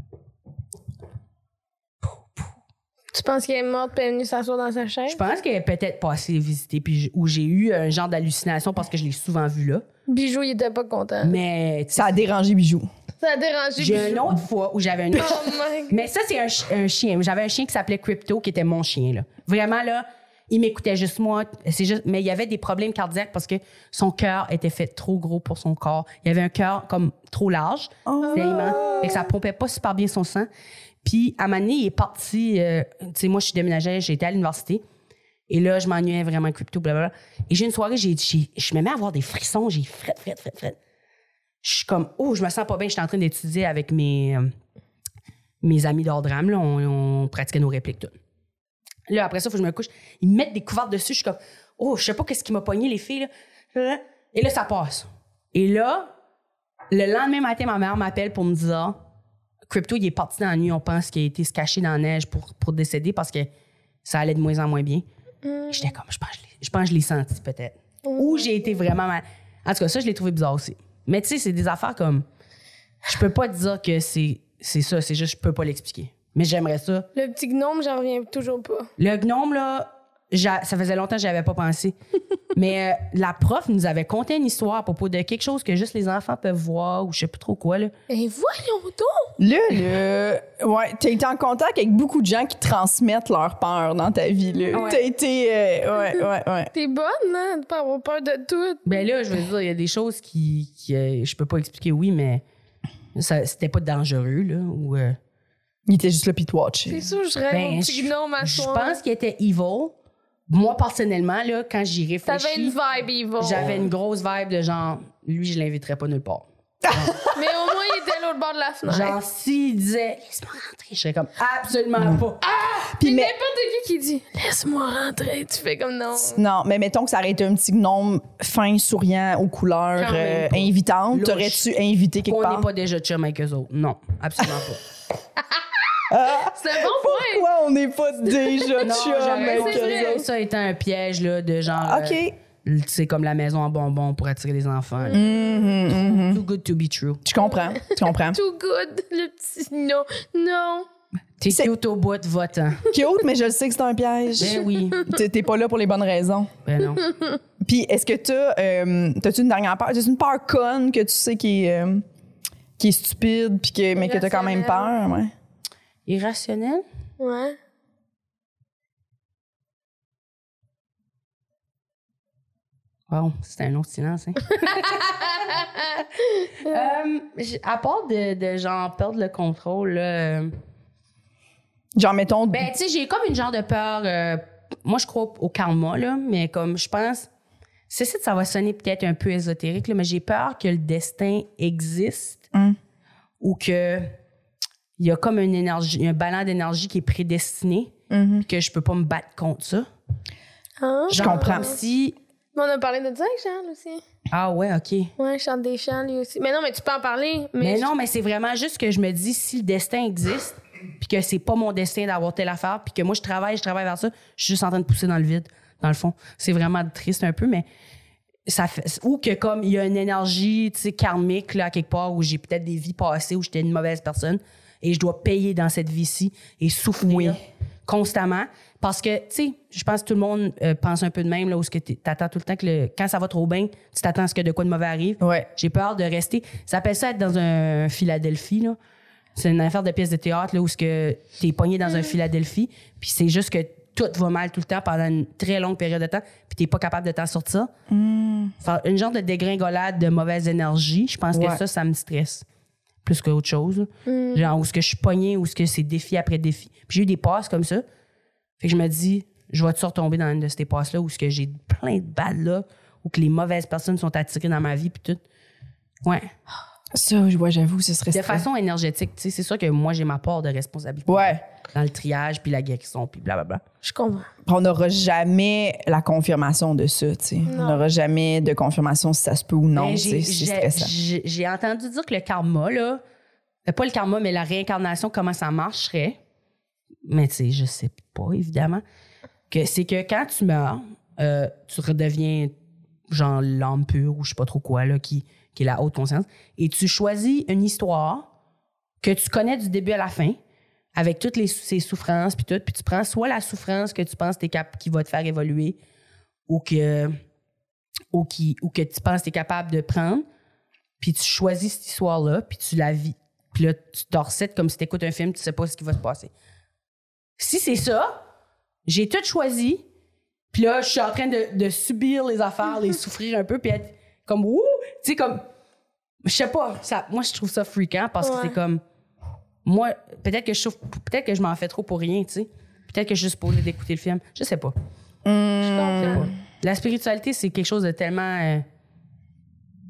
Tu penses qu'elle est morte puis elle est venue s'asseoir dans sa chaise? Je pense qu'elle est peut-être passée visiter, puis j- où j'ai eu un genre d'hallucination parce que je l'ai souvent vue là. Bijou, il était pas content. Mais tu sais, Ça a dérangé Bijou. Ça a dérangé j'ai Bijou. une autre fois où j'avais un autre. Oh my God. Mais ça, c'est un, chi- un chien. J'avais un chien qui s'appelait Crypto, qui était mon chien. Là. Vraiment, là, il m'écoutait juste moi. C'est juste, mais il y avait des problèmes cardiaques parce que son cœur était fait trop gros pour son corps. Il avait un cœur comme trop large. C'était immense. Fait que ça pompait pas super bien son sang. Puis, à un moment donné, il est parti. euh, tu sais, moi, je suis déménagée, j'ai été à l'université. Et là, je m'ennuyais vraiment Crypto, blablabla. Et j'ai une soirée, j'ai, j'ai, je me mets à avoir des frissons. J'ai fret, fret, fret, fret. je suis comme, oh, je me sens pas bien. J'étais en train d'étudier avec mes, euh, mes amis d'Ordram. Là, on, on pratiquait nos répliques, tout. Là, après ça, il faut que je me couche. Ils me mettent des couvertes dessus. Je suis comme, oh, je sais pas qu'est-ce qui m'a pogné, les filles. Là. Et là, ça passe. Et là, le lendemain matin, ma mère m'appelle pour me dire, Crypto, il est parti dans la nuit. On pense qu'il a été se cacher dans la neige pour, pour décéder parce que ça allait de moins en moins bien. Mm. J'étais comme, je pense, je, je pense que je l'ai senti peut-être. Mm. Ou j'ai été vraiment mal. En tout cas, ça, je l'ai trouvé bizarre aussi. Mais tu sais, c'est des affaires comme... Je peux pas te dire que c'est, c'est ça, c'est juste je peux pas l'expliquer. Mais j'aimerais ça. Le petit gnome, j'en reviens toujours pas. Le gnome, là, ça faisait longtemps que j'y avais pas pensé. Mais euh, la prof nous avait conté une histoire à propos de quelque chose que juste les enfants peuvent voir ou je sais pas trop quoi, là. Et voyons donc! Là, là, ouais, t'as été en contact avec beaucoup de gens qui transmettent leur peur dans ta vie, là. Ouais. T'as été... Euh, ouais, ouais, ouais. T'es bonne, hein, de pas avoir peur de tout. Ben là, je veux dire, il y a des choses qui, qui euh, je peux pas expliquer, oui, mais ça, c'était pas dangereux, là, ou... Euh, il était juste là pis te watcher. C'est sûr, je rêve ben, mon petit gnome à Je soi. pense qu'il était evil. Moi, personnellement, là, quand j'y réfléchis... T'avais une vibe evil. J'avais une grosse vibe de genre, lui, je l'inviterais pas nulle part. Mais au moins, il était à l'autre bord de la fenêtre. Genre, s'il disait, laisse-moi rentrer, je serais comme, absolument pas. Ah! Puis mais... n'importe qui qui dit, laisse-moi rentrer, tu fais comme non. Non, mais mettons que ça aurait été un petit gnome fin, souriant, aux couleurs euh, invitantes. T'aurais-tu invité quelque on part? On n'est pas déjà chum avec eux autres. Non, absolument pas. Ah, c'est un bon point. Pourquoi on n'est pas déjà chum avec eux autres? Ça étant un piège là, de genre. OK. Euh, c'est comme la maison en bonbons pour attirer les enfants. Mm-hmm, mm-hmm. Too good to be true. Je comprends. Tu comprends. Too good, le petit. Non, non. T'es cute au bout de votant. Cute, mais je le sais que c'est un piège. Ben oui. T'es, t'es pas là pour les bonnes raisons. Ben non. Puis est-ce que t'as, euh, t'as-tu une dernière peur? T'as-tu une peur conne que tu sais qui est, euh, qui est stupide, puis que, mais que t'as quand même peur? Ouais. Irrationnel? Ouais. Wow, c'était un long silence, hein? euh, à part de, de genre perdre le contrôle, là, genre, mettons... ben, tu sais, j'ai comme une genre de peur... Euh, moi, je crois au karma, là, mais comme je pense... C'est ça, ça va sonner peut-être un peu ésotérique, là, mais j'ai peur que le destin existe mm. ou que il y a comme une énergie, un ballon d'énergie qui est prédestiné mm-hmm. et que je peux pas me battre contre ça. Hein? Je comprends. Comme si... Mais on a parlé de ça avec Charles aussi. Ah ouais, OK. Ouais, chante des chants, lui aussi. Mais non, mais tu peux en parler. Mais, Mais je... non, mais c'est vraiment juste que je me dis, si le destin existe, puis que c'est pas mon destin d'avoir telle affaire, puis que moi, je travaille, je travaille vers ça, je suis juste en train de pousser dans le vide, dans le fond. C'est vraiment triste un peu, mais ça fait... Ou que comme il y a une énergie, tu sais, karmique, là, quelque part, où j'ai peut-être des vies passées, où j'étais une mauvaise personne, et je dois payer dans cette vie-ci et souffrir oui. constamment. Parce que, tu sais, je pense que tout le monde euh, pense un peu de même, là, où tu attends tout le temps que le, quand ça va trop bien, tu t'attends à ce que de quoi de mauvais arrive. Ouais. J'ai peur de rester. Ça s'appelle ça être dans un Philadelphie, là. C'est une affaire de pièce de théâtre, là, où tu es pogné dans un Philadelphie, puis c'est juste que tout va mal tout le temps pendant une très longue période de temps, puis tu n'es pas capable de t'en sortir. Mm. Faire une genre de dégringolade de mauvaise énergie, je pense ouais. que ça, ça me stresse. Plus qu'autre chose. Mm. Genre, où est-ce que je suis pognée, où est-ce que c'est défi après défi. Puis j'ai eu des passes comme ça. Fait que je me dis, je vais-tu retomber dans une de ces passes-là où est-ce que j'ai plein de balles là, où que les mauvaises personnes sont attirées dans ma vie, puis tout. Ouais. Ça, ouais, j'avoue, ce serait... De façon énergétique, tu sais, c'est sûr que moi, j'ai ma part de responsabilité. Ouais. Dans le triage, puis la guérison, puis blablabla. Je comprends. On n'aura jamais la confirmation de ça, tu sais. On n'aura jamais de confirmation si ça se peut ou non, tu sais, c'est stressant. J'ai, j'ai entendu dire que le karma, là, pas le karma, mais la réincarnation, comment ça marcherait. Mais tu sais, je sais pas, évidemment. Que c'est que quand tu meurs, euh, tu redeviens genre l'âme pure ou je sais pas trop quoi, là, qui, qui est la haute conscience. Et tu choisis une histoire que tu connais du début à la fin, avec toutes les, ses souffrances, puis tout. Puis tu prends soit la souffrance que tu penses t'es cap- qui va te faire évoluer ou que, ou, qui, ou que tu penses t'es capable de prendre, puis tu choisis cette histoire-là, puis tu la vis. Puis là, tu te recètes comme si tu écoutes un film, tu sais pas ce qui va se passer. Si c'est ça, j'ai tout choisi, puis là, je suis en train de, de subir les affaires, les souffrir un peu, puis être comme, ouh, tu sais, comme, je sais pas, ça, moi, je trouve ça fréquent parce ouais. que c'est comme, moi, peut-être que je souffre, peut-être que je m'en fais trop pour rien, tu sais. Peut-être que je suis supposée d'écouter le film. Je sais pas. Mmh. Je sais pas. La spiritualité, c'est quelque chose de tellement... Euh,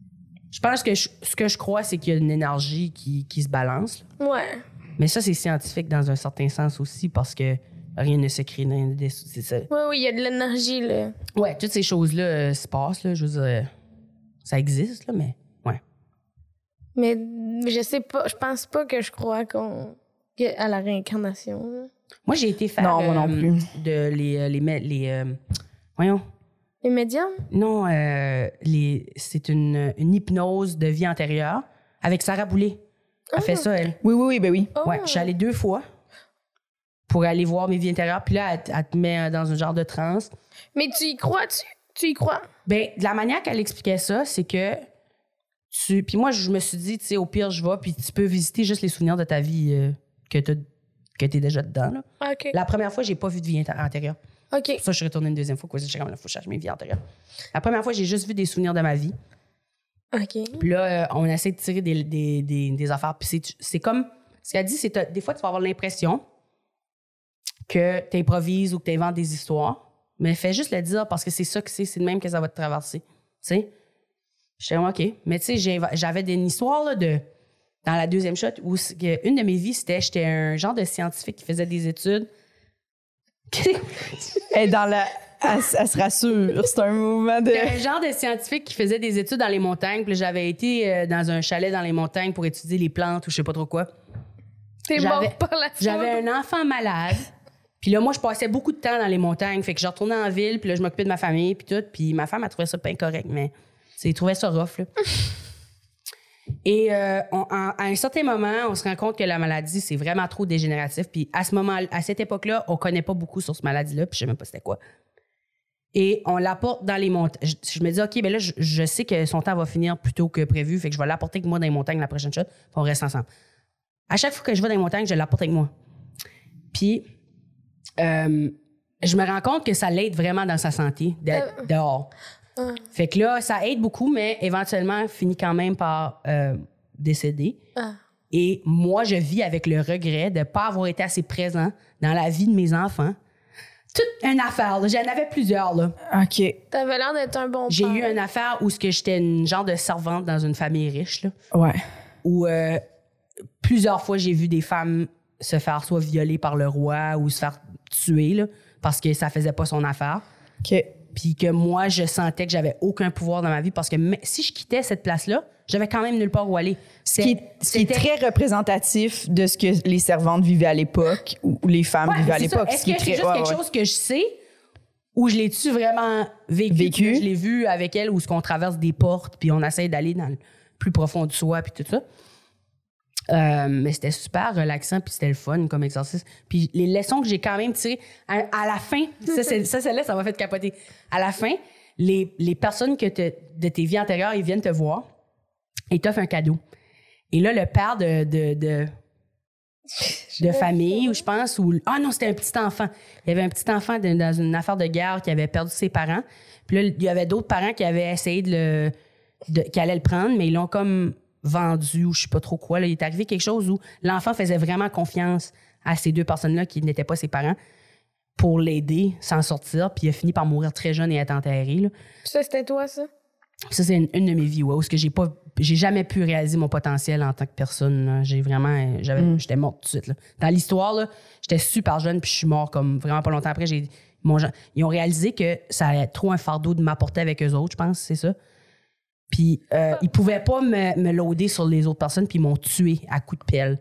Je pense que je, ce que je crois, c'est qu'il y a une énergie qui, qui se balance. Là. Ouais. Mais ça, c'est scientifique dans un certain sens aussi parce que rien ne se crée. Rien ne... C'est ça. Oui, oui, il y a de l'énergie, là. Ouais, toutes ces choses-là euh, se passent. Là, je veux dire, euh, ça existe, là, mais ouais. Mais je sais pas, je pense pas que je crois qu'on à la réincarnation. Là. Moi, j'ai été faire Non, moi non euh, plus. de les les, les, les euh, voyons. Les médiums? Non, euh, les, c'est une, une hypnose de vie antérieure avec Sarah Boulay. Elle Oh. fait ça, elle. Oui, oui, oui, ben oui. Oh. Ouais, je suis allée deux fois pour aller voir mes vies intérieures. Puis là, elle, elle te met dans un genre de transe. Mais tu y crois, tu, tu y crois? Ben, de la manière qu'elle expliquait ça, c'est que tu... Puis moi, je me suis dit, tu sais, au pire, je vais, puis tu peux visiter juste les souvenirs de ta vie euh, que t'as que t'es déjà dedans, là. OK. La première fois, j'ai pas vu de vie inté- antérieure. OK. Ça, je suis retournée une deuxième fois, quoi. J'ai comme, là, faut que je cherche mes vies antérieures. La première fois, j'ai juste vu des souvenirs de ma vie. OK. Puis là, euh, on essaie de tirer des, des, des, des affaires. Puis c'est, c'est comme... Ce qu'elle dit, c'est que des fois, tu vas avoir l'impression que tu improvises ou que tu inventes des histoires, mais fais juste le dire parce que c'est ça que c'est, c'est de même que ça va te traverser. Tu sais? J'étais comme, OK. Mais tu sais, j'ai- j'avais une histoire là, de... Dans la deuxième shot, où c'est que une de mes vies, c'était... J'étais un genre de scientifique qui faisait des études. Elle est dans la... Elle, elle se rassure. C'est un mouvement de... J'étais un genre de scientifique qui faisait des études dans les montagnes. Puis là, j'avais été euh, dans un chalet dans les montagnes pour étudier les plantes ou je sais pas trop quoi. T'es J'avais- mort par la J'avais un enfant malade. Puis là, moi, je passais beaucoup de temps dans les montagnes. Fait que je retournais en ville, puis là, je m'occupais de ma famille, puis tout. Puis ma femme, elle trouvait ça pas incorrect, mais elle trouvait ça rough, là. Et euh, on- en- à un certain moment, on se rend compte que la maladie, c'est vraiment trop dégénératif. Puis à ce moment, à cette époque-là, on connaît pas beaucoup sur cette maladie-là, puis je sais même pas c'était quoi. Et on l'apporte dans les montagnes. Je, je me dis, OK, ben là, je, je sais que son temps va finir plus tôt que prévu, fait que je vais l'apporter avec moi dans les montagnes la prochaine chose, puis on reste ensemble. À chaque fois que je vais dans les montagnes, je l'apporte avec moi. Puis, euh, je me rends compte que ça l'aide vraiment dans sa santé, d'être dehors. Ah. Fait que là, ça aide beaucoup, mais éventuellement, finit quand même par euh, décéder. Ah. Et moi, je vis avec le regret de ne pas avoir été assez présent dans la vie de mes enfants. Toute une affaire, là. J'en avais plusieurs, là. OK. T'avais l'air d'être un bon J'ai père. eu une affaire où ce que j'étais une genre de servante dans une famille riche, là, Ouais. où euh, plusieurs fois, j'ai vu des femmes se faire soit violer par le roi ou se faire tuer, là, parce que ça faisait pas son affaire. OK. Puis que moi, je sentais que j'avais aucun pouvoir dans ma vie parce que m- si je quittais cette place-là, j'avais quand même nulle part où aller. Ce qui, est, ce qui est très représentatif de ce que les servantes vivaient à l'époque ou les femmes Ouais, vivaient à c'est ça. l'époque. Est-ce ce qui que est c'est très, juste ouais, quelque ouais. chose que je sais ou je l'ai-tu vraiment vécu? Vécu. puis Je l'ai vu avec elle où ce qu'on traverse des portes puis on essaie d'aller dans le plus profond du soi puis tout ça. Euh, mais c'était super relaxant puis c'était le fun comme exercice. Puis les leçons que j'ai quand même tirées à, à la fin, ça, c'est, ça, celle-là, ça m'a fait capoter. À la fin, les, les personnes que te- de tes vies antérieures, ils viennent te voir et t'offrent un cadeau. Et là, le père de, de, de, de famille, ou je pense, ou... Ah non, c'était un petit enfant. Il y avait un petit enfant de- dans une affaire de guerre qui avait perdu ses parents. Puis là, il y avait d'autres parents qui avaient essayé de le... De, qui allaient le prendre, mais ils l'ont comme vendu ou je sais pas trop quoi. Là. Il est arrivé quelque chose où l'enfant faisait vraiment confiance à ces deux personnes-là qui n'étaient pas ses parents pour l'aider, s'en sortir. Puis il a fini par mourir très jeune et être enterré. Là. Ça, c'était toi, ça? Ça, c'est une, une de mes vies, ouais, où est-ce que j'ai pas, j'ai jamais pu réaliser mon potentiel en tant que personne. Là. J'ai vraiment, j'avais, Mm. j'étais morte tout de suite. Là. Dans l'histoire, là, j'étais super jeune puis je suis morte comme vraiment pas longtemps après. J'ai, mon, ils ont réalisé que ça allait être trop un fardeau de m'apporter avec eux autres, je pense, c'est ça. Puis euh, ils pouvaient pas me, me loader sur les autres personnes puis ils m'ont tué à coups de pelle.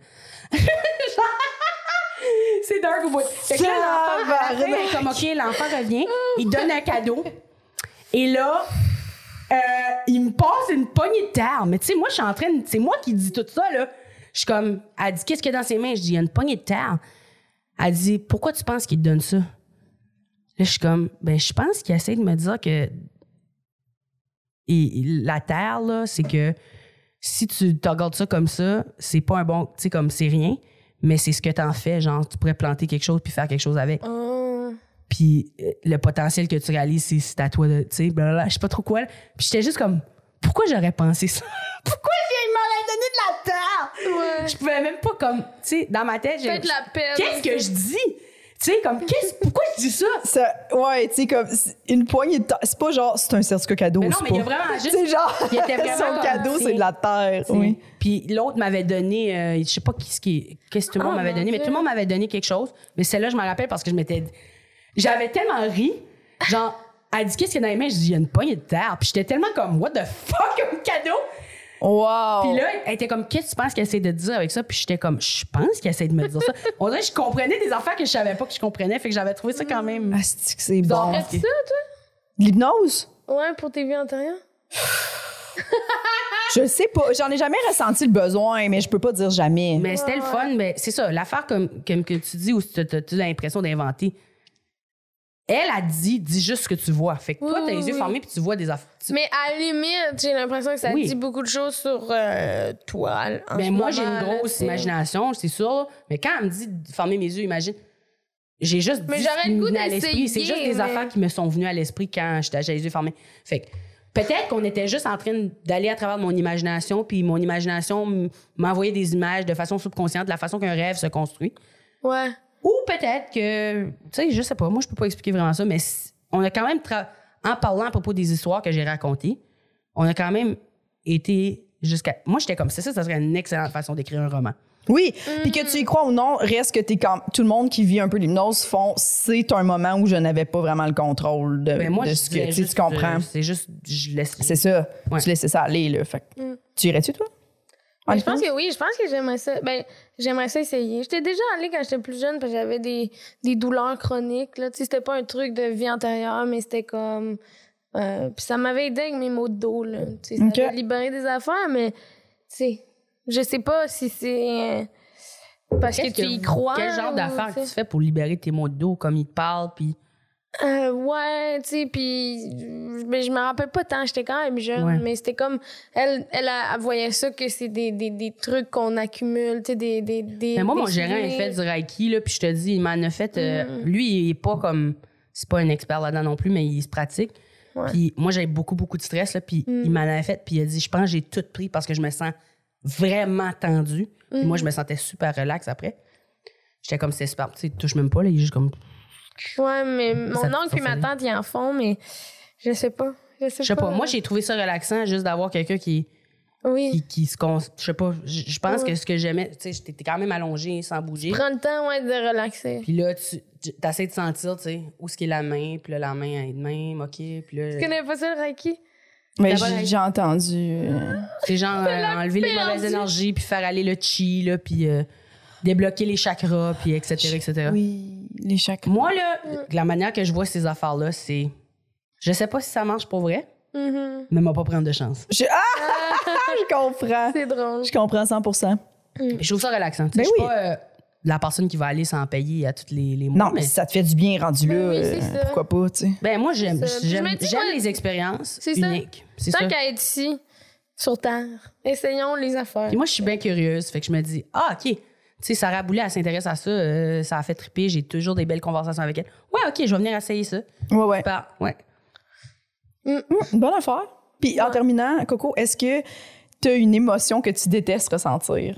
C'est dark au bout. Fait que là, l'enfant, à la fin, elle est comme, OK, l'enfant revient, il donne un cadeau. Et là, euh, il me passe une poignée de terre. Mais tu sais, moi, je suis en train de... C'est moi qui dis tout ça, là. Je suis comme... Elle dit, qu'est-ce qu'il y a dans ses mains? Je dis, il y a une poignée de terre. Elle dit, pourquoi tu penses qu'il te donne ça? Là, je suis comme, ben, je pense qu'il essaie de me dire que... Et, et la terre, là, c'est que si tu te regardes ça comme ça, c'est pas un bon... Tu sais, comme c'est rien, mais c'est ce que t'en fais. Genre, tu pourrais planter quelque chose puis faire quelque chose avec. Oh. Puis euh, le potentiel que tu réalises, c'est, c'est à toi de, tu sais, blablabla, je sais pas trop quoi. Puis j'étais juste comme, pourquoi j'aurais pensé ça? Pourquoi il m'aurait donné de la terre? Ouais. Je pouvais même pas comme, tu sais, dans ma tête, j'ai... Peut-être la peine. Qu'est-ce que je dis? Tu sais, comme, qu'est-ce, pourquoi je dis ça? Ça, ouais, tu sais, comme c'est une poignée de terre. C'est pas genre, c'est un certificat cadeau. Mais non, c'est mais pas. il y a vraiment juste. C'est genre, il était vraiment son comme, cadeau, tu sais, c'est de la terre. tu sais. Oui. Puis l'autre m'avait donné, euh, je sais pas qu'est-ce qui, qu'est-ce que tout le monde Oh, m'avait mon donné, mais Dieu. tout le monde m'avait donné quelque chose. Mais celle-là, je m'en rappelle parce que je m'étais, j'avais tellement ri, genre, elle dit qu'est-ce qu'il y a dans les mains, je dis il y a une poignée de terre. Puis j'étais tellement comme what the fuck comme cadeau. Wow. Puis là, elle était comme, qu'est-ce que tu penses qu'elle essaie de te dire avec ça? Puis j'étais comme, je pense qu'elle essaie de me dire ça. On dirait que je comprenais des affaires que je savais pas que je comprenais. Fait que j'avais trouvé ça quand même. Ah, c'est que c'est bon. Fais-tu ça, toi? L'hypnose? Ouais, pour tes vies antérieures? Je sais pas. J'en ai jamais ressenti le besoin, mais je peux pas dire jamais. Mais c'était le fun. Mais c'est ça, l'affaire comme, comme que tu dis où tu as l'impression d'inventer. Elle a dit, dis juste ce que tu vois. Fait que toi, Oui, t'as les oui, yeux oui. fermés puis tu vois des affaires. tu- Mais à la limite, j'ai l'impression que ça Oui. dit beaucoup de choses sur euh, toi. en Ben ce moi, j'ai une moment, là, grosse tu sais. imagination, c'est sûr. là. Mais quand elle me dit de fermer mes yeux, imagine. J'ai juste Mais dit j'aurais ce qui le me goût venait à l'esprit. C'est d'essayer, juste des mais- affaires qui me sont venues à l'esprit quand j'étais j'avais les yeux fermés. Fait que peut-être qu'on était juste en train d'aller à travers mon imagination, puis mon imagination m- m'envoyait des images de façon subconsciente, de la façon qu'un rêve se construit. Ouais. Ou peut-être que, tu sais, je sais pas, moi je peux pas expliquer vraiment ça, mais c- on a quand même, tra- en parlant à propos des histoires que j'ai racontées, on a quand même été jusqu'à... Moi j'étais comme, c'est ça, ça serait une excellente façon d'écrire un roman. Oui, puis que tu y crois ou non, reste que t'es comme tout le monde qui vit un peu l'hypnose font c'est un moment où je n'avais pas vraiment le contrôle de, Mais moi, de je ce que disais tu sais, juste, tu comprends. euh, c'est juste, je laisse... C'est ça. Ouais. Tu laissais ça aller là. Fait que tu irais-tu toi? En Mais je pense hypnose? que oui, je pense que j'aimerais ça. Ben, j'aimerais ça essayer. J'étais déjà allée quand j'étais plus jeune parce que j'avais des, des douleurs chroniques. Là. Tu sais, c'était pas un truc de vie antérieure, mais c'était comme. Euh, puis ça m'avait aidé avec mes maux de dos. Là. Tu sais, ça Ok. avait libéré des affaires, mais tu sais, je sais pas si c'est. euh, parce que Qu'est-ce tu y vous- crois. Quel genre ou, d'affaires tu que sais. tu fais pour libérer tes maux de dos, comme ils te parlent, puis... Euh, ouais, tu sais, puis mais je me rappelle pas tant, j'étais quand même jeune, Ouais. mais c'était comme elle, elle, a- elle voyait ça que c'est des, des, des trucs qu'on accumule, tu sais, des, des, des. Mais moi, des mon gérant, il souvenirs. fait du Reiki, là, puis je te dis, il m'en a fait... euh, Mm. Lui, il est pas comme... C'est pas un expert là-dedans non plus, mais il se pratique. Ouais. Puis moi, j'avais beaucoup, beaucoup de stress, là, puis Mm. il m'en a fait, puis il a dit, je pense que j'ai tout pris parce que je me sens vraiment tendue. Puis Mm. moi, je me sentais super relax après. J'étais comme, c'est super, tu sais, il touche même pas, là, il est juste comme... Ouais, mais mon Ça te- oncle ça et ma fait- tante, ils en font, mais je sais pas. Je sais Je sais pas, moi, j'ai trouvé ça relaxant juste d'avoir quelqu'un qui... Oui. qui, qui se cons... Je sais pas, je je pense Ouais. que ce que j'aimais, tu sais, t'étais quand même allongé sans bouger. Prends le temps, ouais, de relaxer. Puis là, tu essaies de sentir, tu sais, où est-ce qu'est la main, puis là, la main est de même, OK, puis là... Tu connais pas ça, le Reiki? Mais D'abord, j'ai avec- j'ai entendu. euh, C'est genre euh, enlever les mauvaises perdu. énergies, puis faire aller le chi, là, puis euh, débloquer les chakras, puis et cetera, et cetera. Oui, les chakras. Moi, là, la manière que je vois ces affaires-là, c'est... Je sais pas si ça marche pour vrai, Mhm. mais m'a pas prendre de chance. Je, ah! je comprends. C'est drôle. Je comprends cent pour cent. Je trouve ça relaxant. Tu sais, Ben je suis oui. pas euh, la personne qui va aller sans payer à tous les, les mois. Non, mais si ça te fait du bien rendu là, Oui, oui, c'est euh, ça. pourquoi pas, tu sais. Ben moi, j'aime, C'est ça. Puis je j'aime, me dis, j'aime moi, les expériences c'est ça. uniques. C'est ça. Tant qu'à être ici, sur Terre, essayons les affaires. Puis moi, je suis bien curieuse. Fait que je me dis, ah, OK. Tu sais, Sarah Boulay, elle s'intéresse à ça. euh, ça a fait triper. J'ai toujours des belles conversations avec elle. Ouais, OK, je vais venir essayer ça. Ouais, ouais. Super. Ouais. Hum, bonne affaire. Puis en terminant, Coco, est-ce que tu as une émotion que tu détestes ressentir?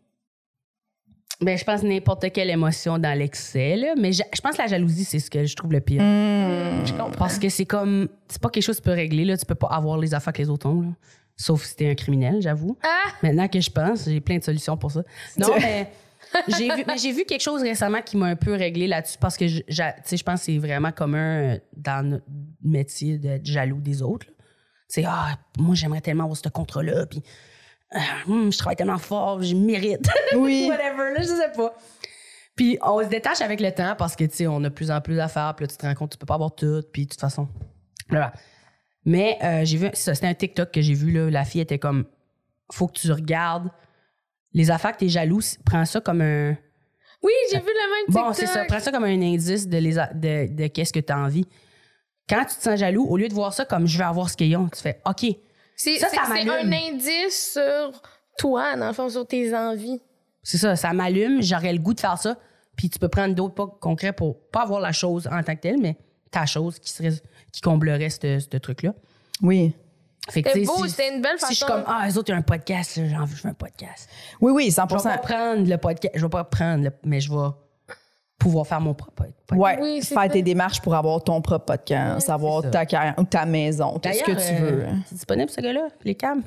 Ben, je pense n'importe quelle émotion dans l'excès, là. Mais je, je pense que la jalousie, c'est ce que je trouve le pire. Hum, Je comprends. Parce que c'est comme. C'est pas quelque chose que tu peux régler, là. Tu peux pas avoir les affaires que les autres ont, là. Sauf si t'es un criminel, j'avoue. Ah! Maintenant que je pense, j'ai plein de solutions pour ça. Non, Tu- mais j'ai vu, mais j'ai vu quelque chose récemment qui m'a un peu réglé là-dessus parce que je, j'a- tu sais, je pense que c'est vraiment commun euh, dans notre métier d'être jaloux des autres. là. Tu sais, ah, moi, j'aimerais tellement avoir ce contrat-là, puis ah, hum, je travaille tellement fort, je mérite. Oui. Whatever, là, je sais pas. Puis on se détache avec le temps parce que, tu sais, on a de plus en plus d'affaires, puis là, tu te rends compte que tu peux pas avoir tout, puis de toute façon. Voilà. Mais euh, j'ai vu, ça, c'était un TikTok que j'ai vu, là, la fille était comme, faut que tu regardes les affaires que t'es jaloux, prends ça comme un... Oui, j'ai vu le même TikTok. Bon, c'est ça, prends ça comme un indice de, les a- de, de qu'est-ce que t'as envie. Quand tu te sens jaloux, au lieu de voir ça comme je vais avoir ce qu'ils ont, tu fais OK. C'est Ça, c'est- ça c'est m'allume. un indice sur toi, dans le fond, sur tes envies. C'est ça, ça m'allume, j'aurais le goût de faire ça. Puis tu peux prendre d'autres pas concrets pour pas avoir la chose en tant que telle, mais ta chose qui serait qui comblerait ce, ce truc-là. Oui. Fait que, C'est tu sais, beau, si, c'est une belle si je suis façon. comme ah, les autres, il y a un podcast, là, j'en veux, je veux un podcast. Oui, oui, cent Je pour vais cent. pas prendre le podcast, je vais pas prendre, le- mais je vais pouvoir faire mon propre podcast. Ouais, Oui, c'est faire ça. tes démarches pour avoir ton propre podcast, avoir c'est ça. ta carrière ou ta maison, tout ce que tu D'ailleurs, veux. euh, c'est disponible, ce gars-là? Les cams?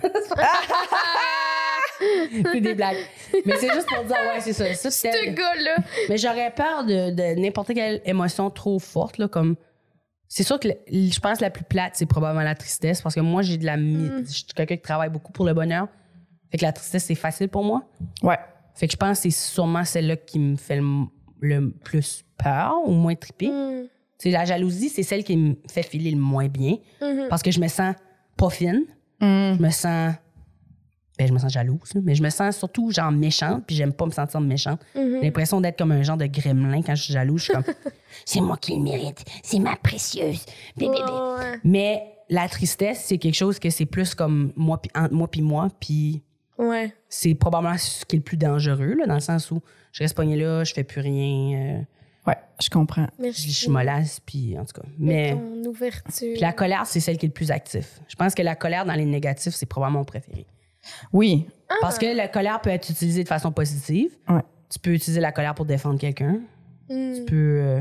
C'est des blagues. Mais c'est juste pour dire, ouais, c'est ça. ça Ce c'était- gars-là. Mais j'aurais peur de, de n'importe quelle émotion trop forte, là, comme... C'est sûr que le- je pense que la plus plate, c'est probablement la tristesse, parce que moi, j'ai de la... mi- Je suis quelqu'un qui travaille beaucoup pour le bonheur. Fait que la tristesse, c'est facile pour moi. Ouais. Fait que je pense que c'est sûrement celle-là qui me fait le, le plus peur ou moins triper. Mm. C'est la jalousie, c'est celle qui me fait filer le moins bien, Mhm. parce que je me sens pas fine. Je me sens... Ben, je me sens jalouse, là, mais je me sens surtout genre méchante, puis j'aime pas me sentir méchante. J'ai l'impression d'être comme un genre de gremlin quand je suis jalouse. Je suis comme, c'est moi qui le mérite, c'est ma précieuse. Bé, bé, bé. Ouais, ouais. Mais la tristesse, c'est quelque chose que c'est plus comme moi, puis entre moi puis moi, puis Ouais. c'est probablement ce qui est le plus dangereux, là, dans le sens où je reste pognée là, je fais plus rien, euh, Ouais, je comprends. je, Merci. je suis mollasse, puis en tout cas. Mais Ton ouverture. puis la colère, c'est celle qui est le plus actif. Je pense que la colère dans les négatifs, c'est probablement mon préféré. Oui. Parce que la colère peut être utilisée de façon positive. Ouais. Tu peux utiliser la colère pour défendre quelqu'un. Mm. Tu peux... euh,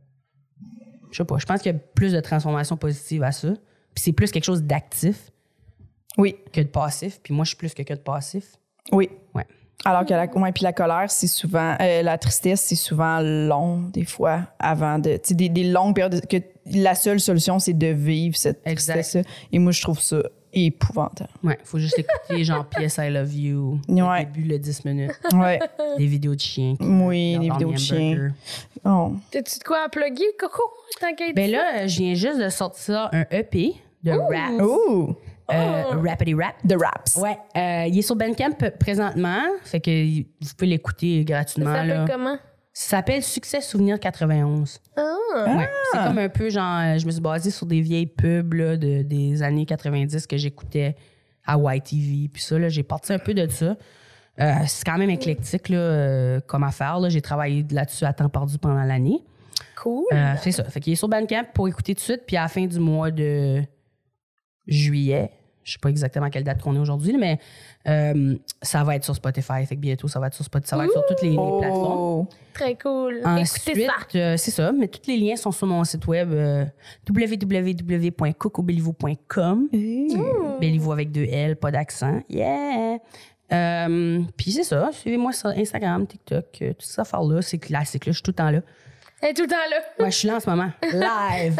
je sais pas. Je pense qu'il y a plus de transformation positive à ça. Puis c'est plus quelque chose d'actif Oui. que de passif. Puis moi, je suis plus quelqu'un de passif. Oui. Ouais. Alors que la, ouais, puis la colère, c'est souvent... euh, la tristesse, c'est souvent long, des fois, avant de... Tu sais, des, des longues périodes... Que la seule solution, c'est de vivre cette Exact. tristesse-là. Et moi, je trouve ça épouvantable. Ouais. Faut juste écouter genre P S I Love You. Ouais. Le début, le dix minutes. Ouais. Des vidéos de chiens. qui Oui, regardent des leur vidéos de chiens. hamburger. Oh. T'as-tu de quoi à plugger, Coco? T'inquiète. Ben là, je viens juste de sortir un E P de rap. Ooh. Euh, Rappity Rap. The Raps. Ouais, euh, il est sur Bandcamp présentement, fait que y- vous pouvez l'écouter Ça gratuitement. s'appelle là. comment? Ça s'appelle Succès Souvenir quatre-vingt-onze. Ah. Ouais. C'est comme un peu genre, euh, je me suis basée sur des vieilles pubs là, de, des années quatre-vingt-dix que j'écoutais à Y T V. Puis ça, là, j'ai parti un peu de ça. Euh, c'est quand même éclectique là, euh, comme affaire. Là. J'ai travaillé là-dessus à temps perdu pendant l'année. Cool. Euh, c'est ça. Fait qu'il est sur Bandcamp pour écouter tout de suite. Puis à la fin du mois de juillet, je sais pas exactement quelle date qu'on est aujourd'hui, là, mais euh, ça va être sur Spotify. Fait que bientôt, ça va être sur Spotify. Ça va être sur toutes les, les plateformes. Oh. Très cool. Ensuite, Écoutez ça. euh, c'est ça. Mais tous les liens sont sur mon site web euh, w w w point coco belliveau point com. Belliveau avec deux L, pas d'accent. Yeah! Euh, Puis c'est ça. Suivez-moi sur Instagram, TikTok, euh, toutes ces affaires-là. C'est classique. Là, je suis tout le temps là. Elle est tout le temps là. Ouais, je suis là en ce moment. Live.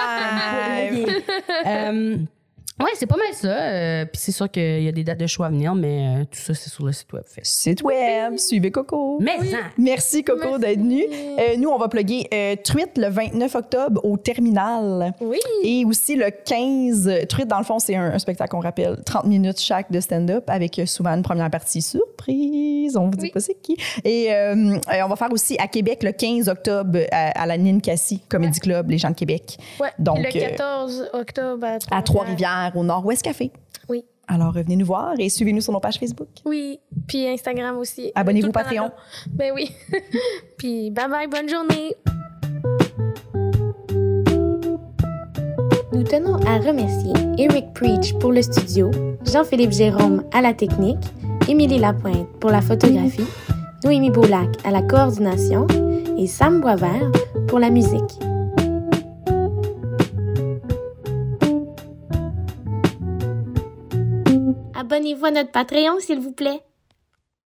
Live. Euh, ouais, c'est pas mal ça. Euh, Puis c'est sûr qu'il y a des dates de show à venir, mais euh, tout ça, c'est sur le site web. Fait. Site web, suivez Coco. Mais hein, Merci Coco Merci. d'être venu. Euh, nous, on va plugger euh, Truite le vingt-neuf octobre au Terminal. Oui. Et aussi le quinze, Truite, dans le fond, c'est un, un spectacle qu'on rappelle, trente minutes chaque de stand-up avec euh, souvent une première partie surprise. On vous dit Oui. pas c'est qui. Et euh, euh, on va faire aussi à Québec le quinze octobre à, à la Ninkasi Comedy Club, les gens de Québec. Ouais. Donc, Puis le euh, quatorze octobre à Trois-Rivières. À Trois-Rivières, au Nord-Ouest Café. Oui. Alors, euh, venez nous voir et suivez-nous sur nos pages Facebook. Oui. Puis Instagram aussi. Abonnez-vous Tout le temps Patreon. là. Ben oui. Puis bye bye, bonne journée. Nous tenons à remercier Eric Preach pour le studio, Jean-Philippe Jérôme à la technique, Émilie Lapointe pour la photographie, Noémie Boulac à la coordination et Sam Boisvert pour la musique. Abonnez-vous à notre Patreon, s'il vous plaît.